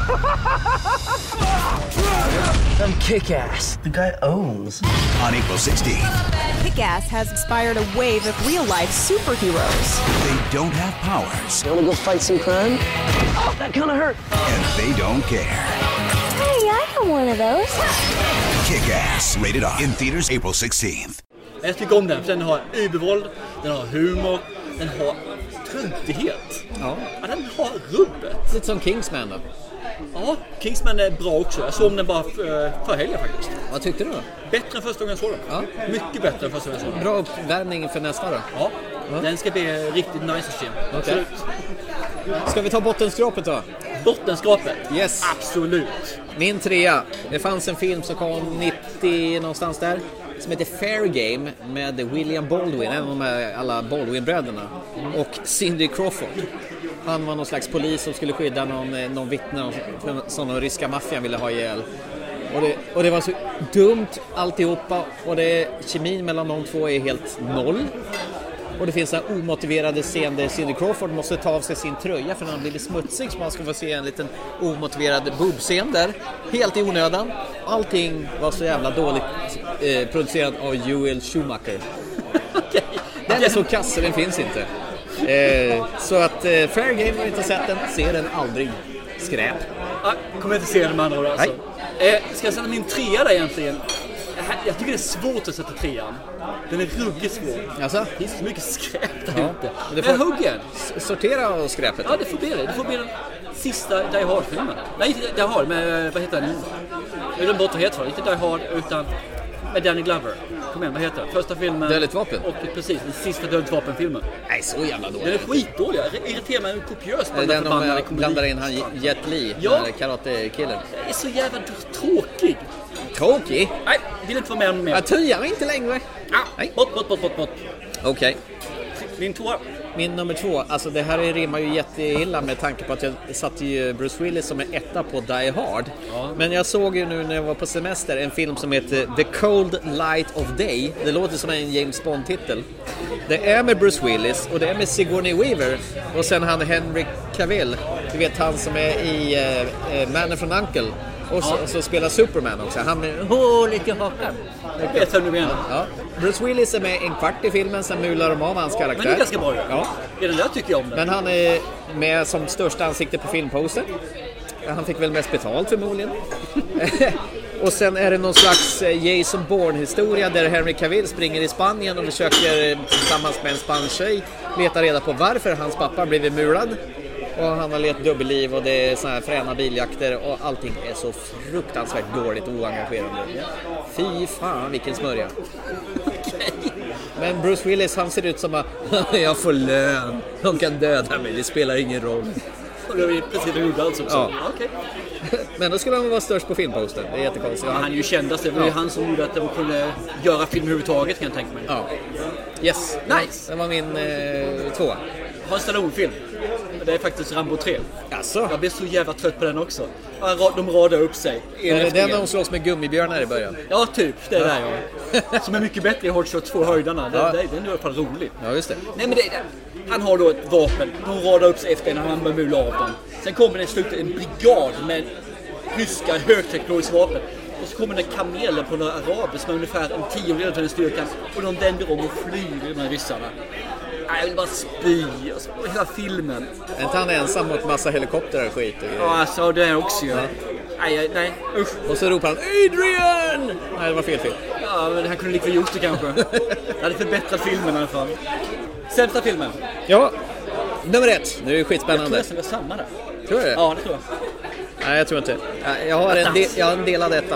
I'm Kick-Ass. The guy owns. On April sixteenth. Kick-Ass has inspired a wave of real-life superheroes. They don't have powers. You want to go fight some crime? Oh, that kind of hurt. And they don't care. Hey, I got one of those. Kick-Ass. Rated R. In theaters April sixteenth. Jag tycker om den, för den har övervåld, den har humor, den har truntighet. Ja. Ja, den har rubbet. Lite som Kingsman då. Ja, Kingsman är bra också. Jag såg den bara för, för helgen faktiskt. Vad tyckte du då? Bättre än första gången jag såg den. Ja. Mycket bättre än första gången jag såg den. Bra uppvärmning för nästa då? Ja, ja. Den ska bli riktigt nice att se. Okay. Absolut. Ska vi ta bottenskrapet då? Bottenskapet? Yes. Absolut. Min trea. Det fanns en film som kom nittio någonstans där. Som heter Fair Game med William Baldwin, en av de här alla Baldwin-bröderna. Och Cindy Crawford. Han var någon slags polis som skulle skydda någon, någon vittne som den ryska maffian ville ha ihjäl. Och det, och det var så dumt alltihopa. Och det, kemin mellan de två är helt noll. Och det finns en omotiverade scen där Cindy Crawford måste ta av sig sin tröja för den har blivit smutsig, så man ska få se en liten omotiverad bubbscen där. Helt i onödan. Allting var så jävla dåligt eh, producerat av Joel Schumacher. Den är så kass så den finns inte. Eh, så att eh, Fair Game har inte sett den, ser den aldrig. Skräp. Ah, kommer inte se den med andra ord alltså. Eh, ska jag sätta min trea där egentligen? Jag tycker det är svårt att sätta trean. Den är ruggigt svår. Alltså? Det är så mycket skräp där ja. ute. Men får huggen. Sortera av skräpet. Ja, det får bli det. Det får bli den sista Die Hard-filmen. Nej, inte Die Hard, men vad heter den? Jag glömde bort vad heter det. Inte Die Hard, utan med Danny Glover. Kom igen, vad heter det? Första filmen. Dödligt vapen. Och precis, den sista Dödligt vapen-filmen. Nej, så jävla dålig. Den är skitdålig. Jag irriterar mig kopiöst på den. Den de blandar in han Jet Li, ja. Karate-killen. Det är så jävla tråkig. Tråkig? Nej, vill inte vara med om mer. Jag tyar inte längre. Ja, nej. Bort, bort, bort, bort, bort. Okej. Okay. Min tvåa. Min nummer två, alltså det här rimmar ju jätteilla med tanke på att jag satt ju Bruce Willis som är etta på Die Hard. Ja. Men jag såg ju nu när jag var på semester en film som heter The Cold Light of Day. Det låter som en James Bond-titel. Det är med Bruce Willis och det är med Sigourney Weaver och sen han Henry Cavill. Du vet han som är i uh, Man from Uncle. Och så, ja. så spelar Superman också. Han är åh, lite hakan. Jag vet vad du menar. Ja. Bruce Willis är med en kvart i filmen, sen mular de av hans karaktär. Men det är ganska bra. Ja. Det där tycker jag om det. Men han är med som största ansikte på filmposten. Han fick väl mest betalt förmodligen. Och sen är det någon slags Jason Bourne-historia där Henry Cavill springer i Spanien och försöker tillsammans med en spansk tjej leta reda på varför hans pappa blivit mulad. Och han har lett dubbelliv och det är såna här fräna biljakter och allting är så fruktansvärt dåligt och oengagerande. Fy fan vilken smörja. Okay. Men Bruce Willis han ser ut som att jag får lön. De kan döda mig, det spelar ingen roll. Och det är precis det gjorde alltså också. Ja. Okay. Men då skulle han vara störst på filmposten. Det är jättekonstigt. Ja, han är ju kändast. Det var ju ja. han som gjorde att de kunde göra film överhuvudtaget kan jag tänka mig. Ja. Yes. Nice. Det var min eh, två. Har en Stallone-film. Det är faktiskt Rambo tre. Alltså? Jag blir så jävla trött på den också. De radar upp sig. Är det den de slåss med gummibjörnar i början? Ja, typ. Det är där ja. Som är mycket bättre i Hot Shot två höjdarna. Det, ja. det, det är i alla fall roligt. Ja, just det. Nej, men det, det, han har då ett vapen. De radar upp sig efter när han börjar mula av dem. Sen kommer det i slutet en brigad med ryska högteknologiska vapen. Och så kommer det kameler på några araber som är ungefär en tiondel av den styrkan. Och de vänder om och flyger de här ryssarna. Jag vill bara spy. Alltså, hela filmen. Är inte han ensam mot massa helikoptrar och skit? Ja, alltså det är också ju. Ja. Nej, nej, usch. Och så ropar han Adrian! Nej, det var fel film. Ja, men han kunde lika gjort det kanske. Det hade förbättrat filmen i alla fall. Sämsta filmen? Ja, nummer ett. Nu är det skitspännande. Jag tror nästan det är samma där. Tror du det? Ja, det tror jag. Nej, jag tror inte. Jag har en, del, jag har en del av detta.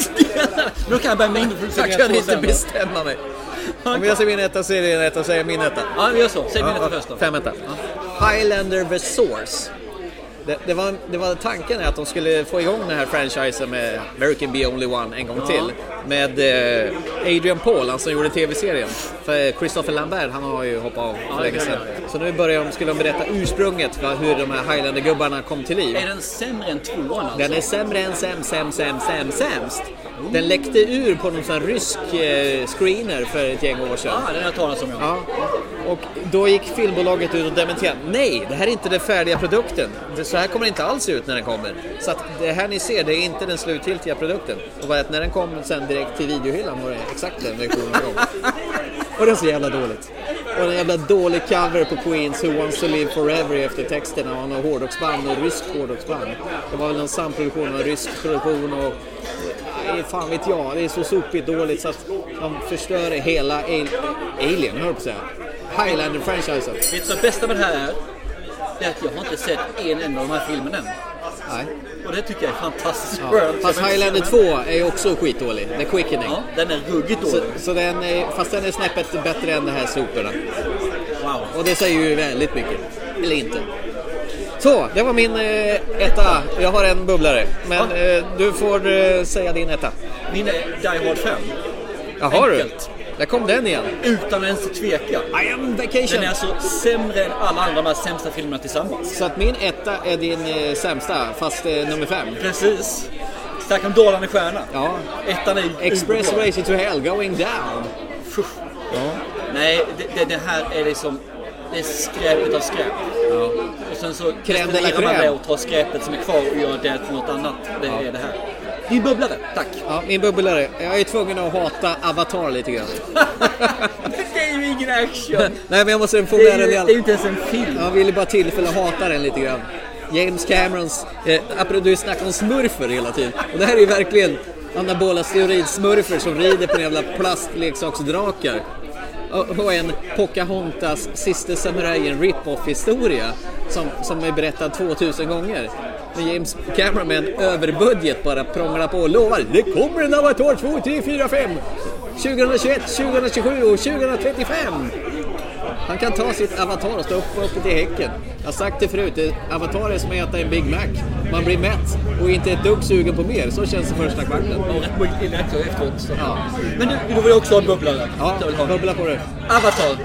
Då kan jag börja mindre för jag kan inte bestämma mig. Om jag säger min etta så är det en etta, så säger jag min etta. Ja, vi gör så. Säg min etta först då. Fem etta. Ja. Highlander the Source. Det, det, var, det var tanken att de skulle få igång den här franchisen med American Be Only One en gång ja. till. Med eh, Adrian Paul, han som gjorde tv-serien. För Christopher Lambert, han har ju hoppat av för ja, länge sedan. Så nu börjar de, skulle de berätta ursprunget för hur de här Highlander-gubbarna kom till liv. Är den sämre än tvåan alltså? Den är sämre än säm, säm, säm, säm, sämst. Den läckte ur på någon sån rysk eh, screener för ett gäng år sedan. Ja, den har jag talat om. Ja. Och då gick filmbolaget ut och dementerade. Nej, det här är inte den färdiga produkten. Så här kommer det inte alls ut när den kommer. Så att det här ni ser, det är inte den slutgiltiga produkten. Och bara att när den kom sen direkt till videohyllan var det exakt den versionen kom. Och det är så jävla dåligt. Och en jävla dålig cover på Queens Who Wants to Live Forever efter texten av någon hårdrocksband och rysk hårdrocksband. Det var väl en samproduktion av rysk produktion och nej, fan vet jag, det är så sopigt dåligt så att de förstör hela al- Alien, hör på att säga. Highlander-franchisen. Det som bästa med det här är, det är att jag har inte sett en enda av de här filmerna än. Nej. Och det tycker jag är fantastiskt ja. skönt. Fast Highlander två är ju också skitdålig. The Quickening. Ja, den är ruggigt dålig. Så, så den är, fast den är snäppet bättre än de här soporna. Wow. Och det säger ju väldigt mycket. Eller inte. Så, det var min eh, etta. Jag har en bubblare. Men ja. eh, du får eh, säga din etta. Min är Die Hard fem. Jaha du. Där kom den igen. Utan ens att tveka. I am vacation. Den är alltså sämre än alla andra de här sämsta filmerna tillsammans. Så att min etta är din eh, sämsta, fast eh, nummer fem. Precis. Snacka om Dalande stjärna. Ja. Ettan är Express Racing to Hell, going down. Ja. Nej, det, det, det här är liksom... Det är skräpet av skräp. Ja. Och sen så krämdelar man det och tar skräpet som är kvar och gör det till något annat. Det ja. är det här. Din bubblare, tack. Ja, min bubblare. Jag är tvungen att hata Avatar lite grann. Det är ju ingen action. Nej, men jag måste få med den. Det är ju inte ens en film. Jag ville bara tillfälle att hata den lite grann. James Camerons, eh, apropå snackar om smurfer hela tiden. Och det här är ju verkligen anabola steroid-smurfer som rider på jävla plastleksaksdrakar. Och en Pocahontas Sista Samurai, en rip-off-historia som, som är berättad tvåtusen gånger. Men James Cameron med en överbudget bara prånglar på och lovar det kommer en Avatar två, tre, fyra, fem tjugohundratjugoett, tjugohundratjugosju och tjugohundratrettiofem. Han kan ta sitt Avatar och stå upp och upp i häcken. Jag har sagt det förut, Avatar är som att äta en Big Mac. Man blir mätt och inte ett dugg sugen på mer. Så känns det första kvarten. Och rätt mycket efteråt. Så. Ja. Men du, du vill också ha en bubblare. Ja, bubbla på det. Avatar.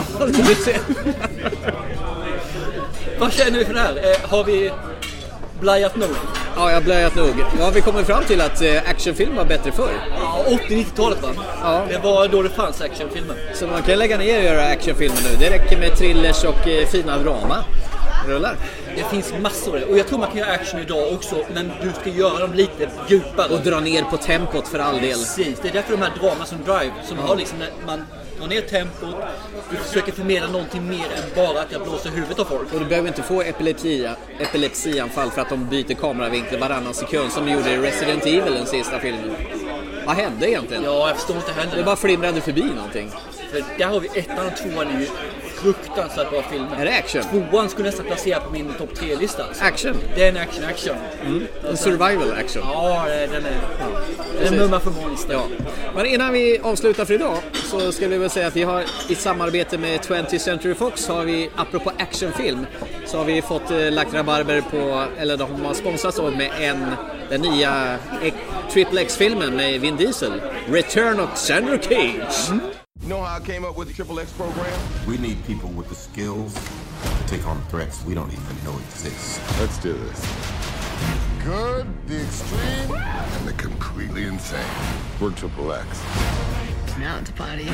Vad känner vi för det här? Eh, har vi blajat nog? Ja, jag har blajat nog. Ja, vi kommer fram till att eh, actionfilm var bättre förr. Ja, åttio-nittiotalet va? Ja. Det var då det fanns actionfilmer. Så man kan lägga ner och göra actionfilmer nu. Det räcker med thrillers och eh, fina drama. Rullar. Det finns massor och jag tror man kan göra action idag också, men du ska göra dem lite djupare. Och dra ner på tempot för all del. Precis, det är därför de här drama som Drive, som ja. har liksom när man drar ner tempot, du försöker förmedla någonting mer än bara att jag blåser huvudet av folk. Och du behöver inte få epilepsi, epilepsianfall för att de byter kameravinklar varannan sekund som de gjorde i Resident Evil, den sista filmen. Vad hände egentligen? Ja, jag förstår inte heller. Det bara flimrade förbi någonting. För där har vi ettan och tvåan är ju fruktansvärt bra filmer. Är det action? Tvåan skulle nästan placera på min topp tre-lista. Alltså. Action? Det är en action-action. Mm. En survival action. Ja, den är... Ja. Den är mumma för monster. Ja. Men innan vi avslutar för idag så ska vi väl säga att vi har i samarbete med twentieth Century Fox har vi, apropå actionfilm, så har vi fått eh, lagt rabarber på, eller de har sponsrat oss med en, den nya Triple X-filmen med Vin Diesel, Return of Sandra Cage. Mm. You know how I came up with the Triple X program? We need people with the skills to take on threats we don't even know exist. Let's do this. Good, the extreme, and the completely insane. We're Triple X. Now it's a party.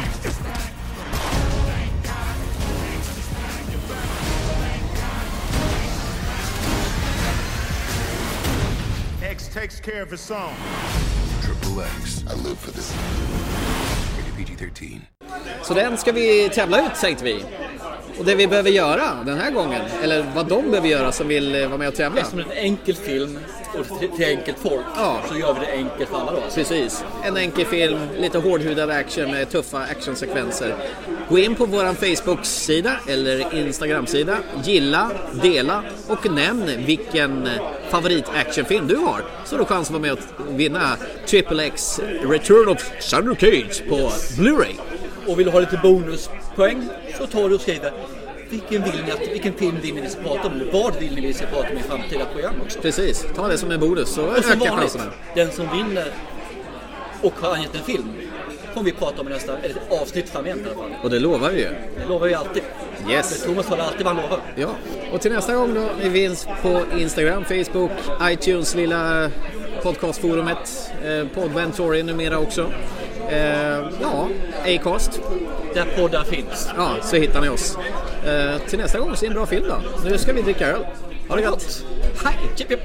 X takes care of his own. Triple X, I live for this. P G thirteen. Så den ska vi tävla ut, tänkte vi. Och det vi behöver göra den här gången, eller vad de behöver göra som vill vara med och tävla. Eftersom det är en enkel film och till, till enkelt folk, ja. så gör vi det enkelt för alla då. Precis. En enkel film, lite hårdhudad action med tuffa actionsekvenser. Gå in på vår Facebook-sida eller Instagram-sida, gilla, dela och nämn vilken favorit-actionfilm du har. Så har du chans att vara med och vinna Triple X Return of Sandra Cage på yes. Blu-ray. Och vill du ha lite bonuspoäng så tar du och skriver vilken, vill ni att, vilken film vill ni vi ska prata om eller vad vill ni vi ska prata om i framtida program också. Precis, ta det som en bonus så och ökar chanserna. Den som vinner och har angett en film kommer vi prata om i nästa eller ett avsnitt framgent i alla fall. Och det lovar vi ju. Det lovar vi alltid. Yes. För Thomas håller alltid vad han lovar. Ja, och till nästa gång då vi finns på Instagram, Facebook, iTunes, lilla podcastforumet, eh, Podventory numera också. Eh, ja, Acast. Där poddar finns. Ja, så hittar ni oss. Eh, till nästa gång så är en bra film då. Nu ska vi dricka öl. Ha det gott. Hej, chip chip.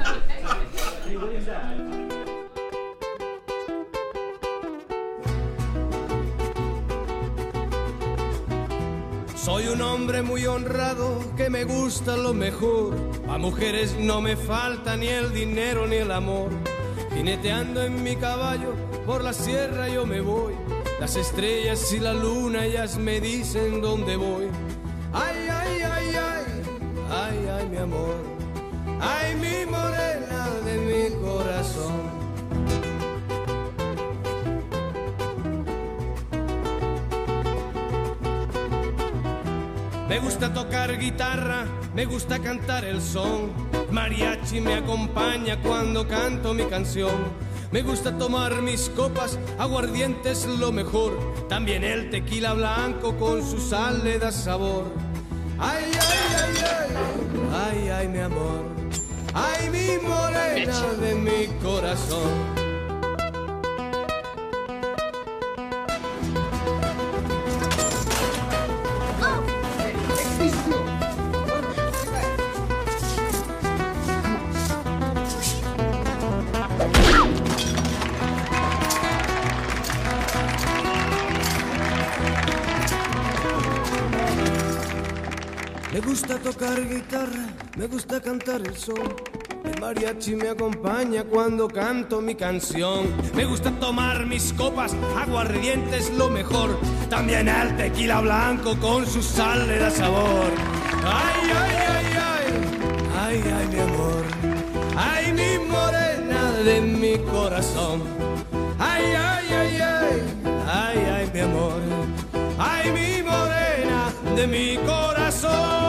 Soy un hombre muy honrado que me gusta lo mejor. A mujeres no me falta ni el dinero ni el amor. Jineteando en mi caballo por la sierra yo me voy. Las estrellas y la luna ellas me dicen dónde voy. Ay, ay, ay, ay, ay, ay, mi amor. Ay, mi morena de mi corazón. Me gusta tocar guitarra, me gusta cantar el son. Mariachi me acompaña cuando canto mi canción. Me gusta tomar mis copas, aguardiente es lo mejor. También el tequila blanco con su sal le da sabor. Ay, ay, ay, ay, ay, ay, mi amor. Ay, mi morena de mi corazón. Me gusta tocar guitarra, me gusta cantar el son. El mariachi me acompaña cuando canto mi canción. Me gusta tomar mis copas, aguardiente es lo mejor. También el tequila blanco con su sal le da sabor. Ay, ay, ay, ay, ay, ay, mi amor. Ay, mi morena de mi corazón. Ay, ay, ay, ay, ay, ay, mi amor. Ay, mi morena de mi corazón.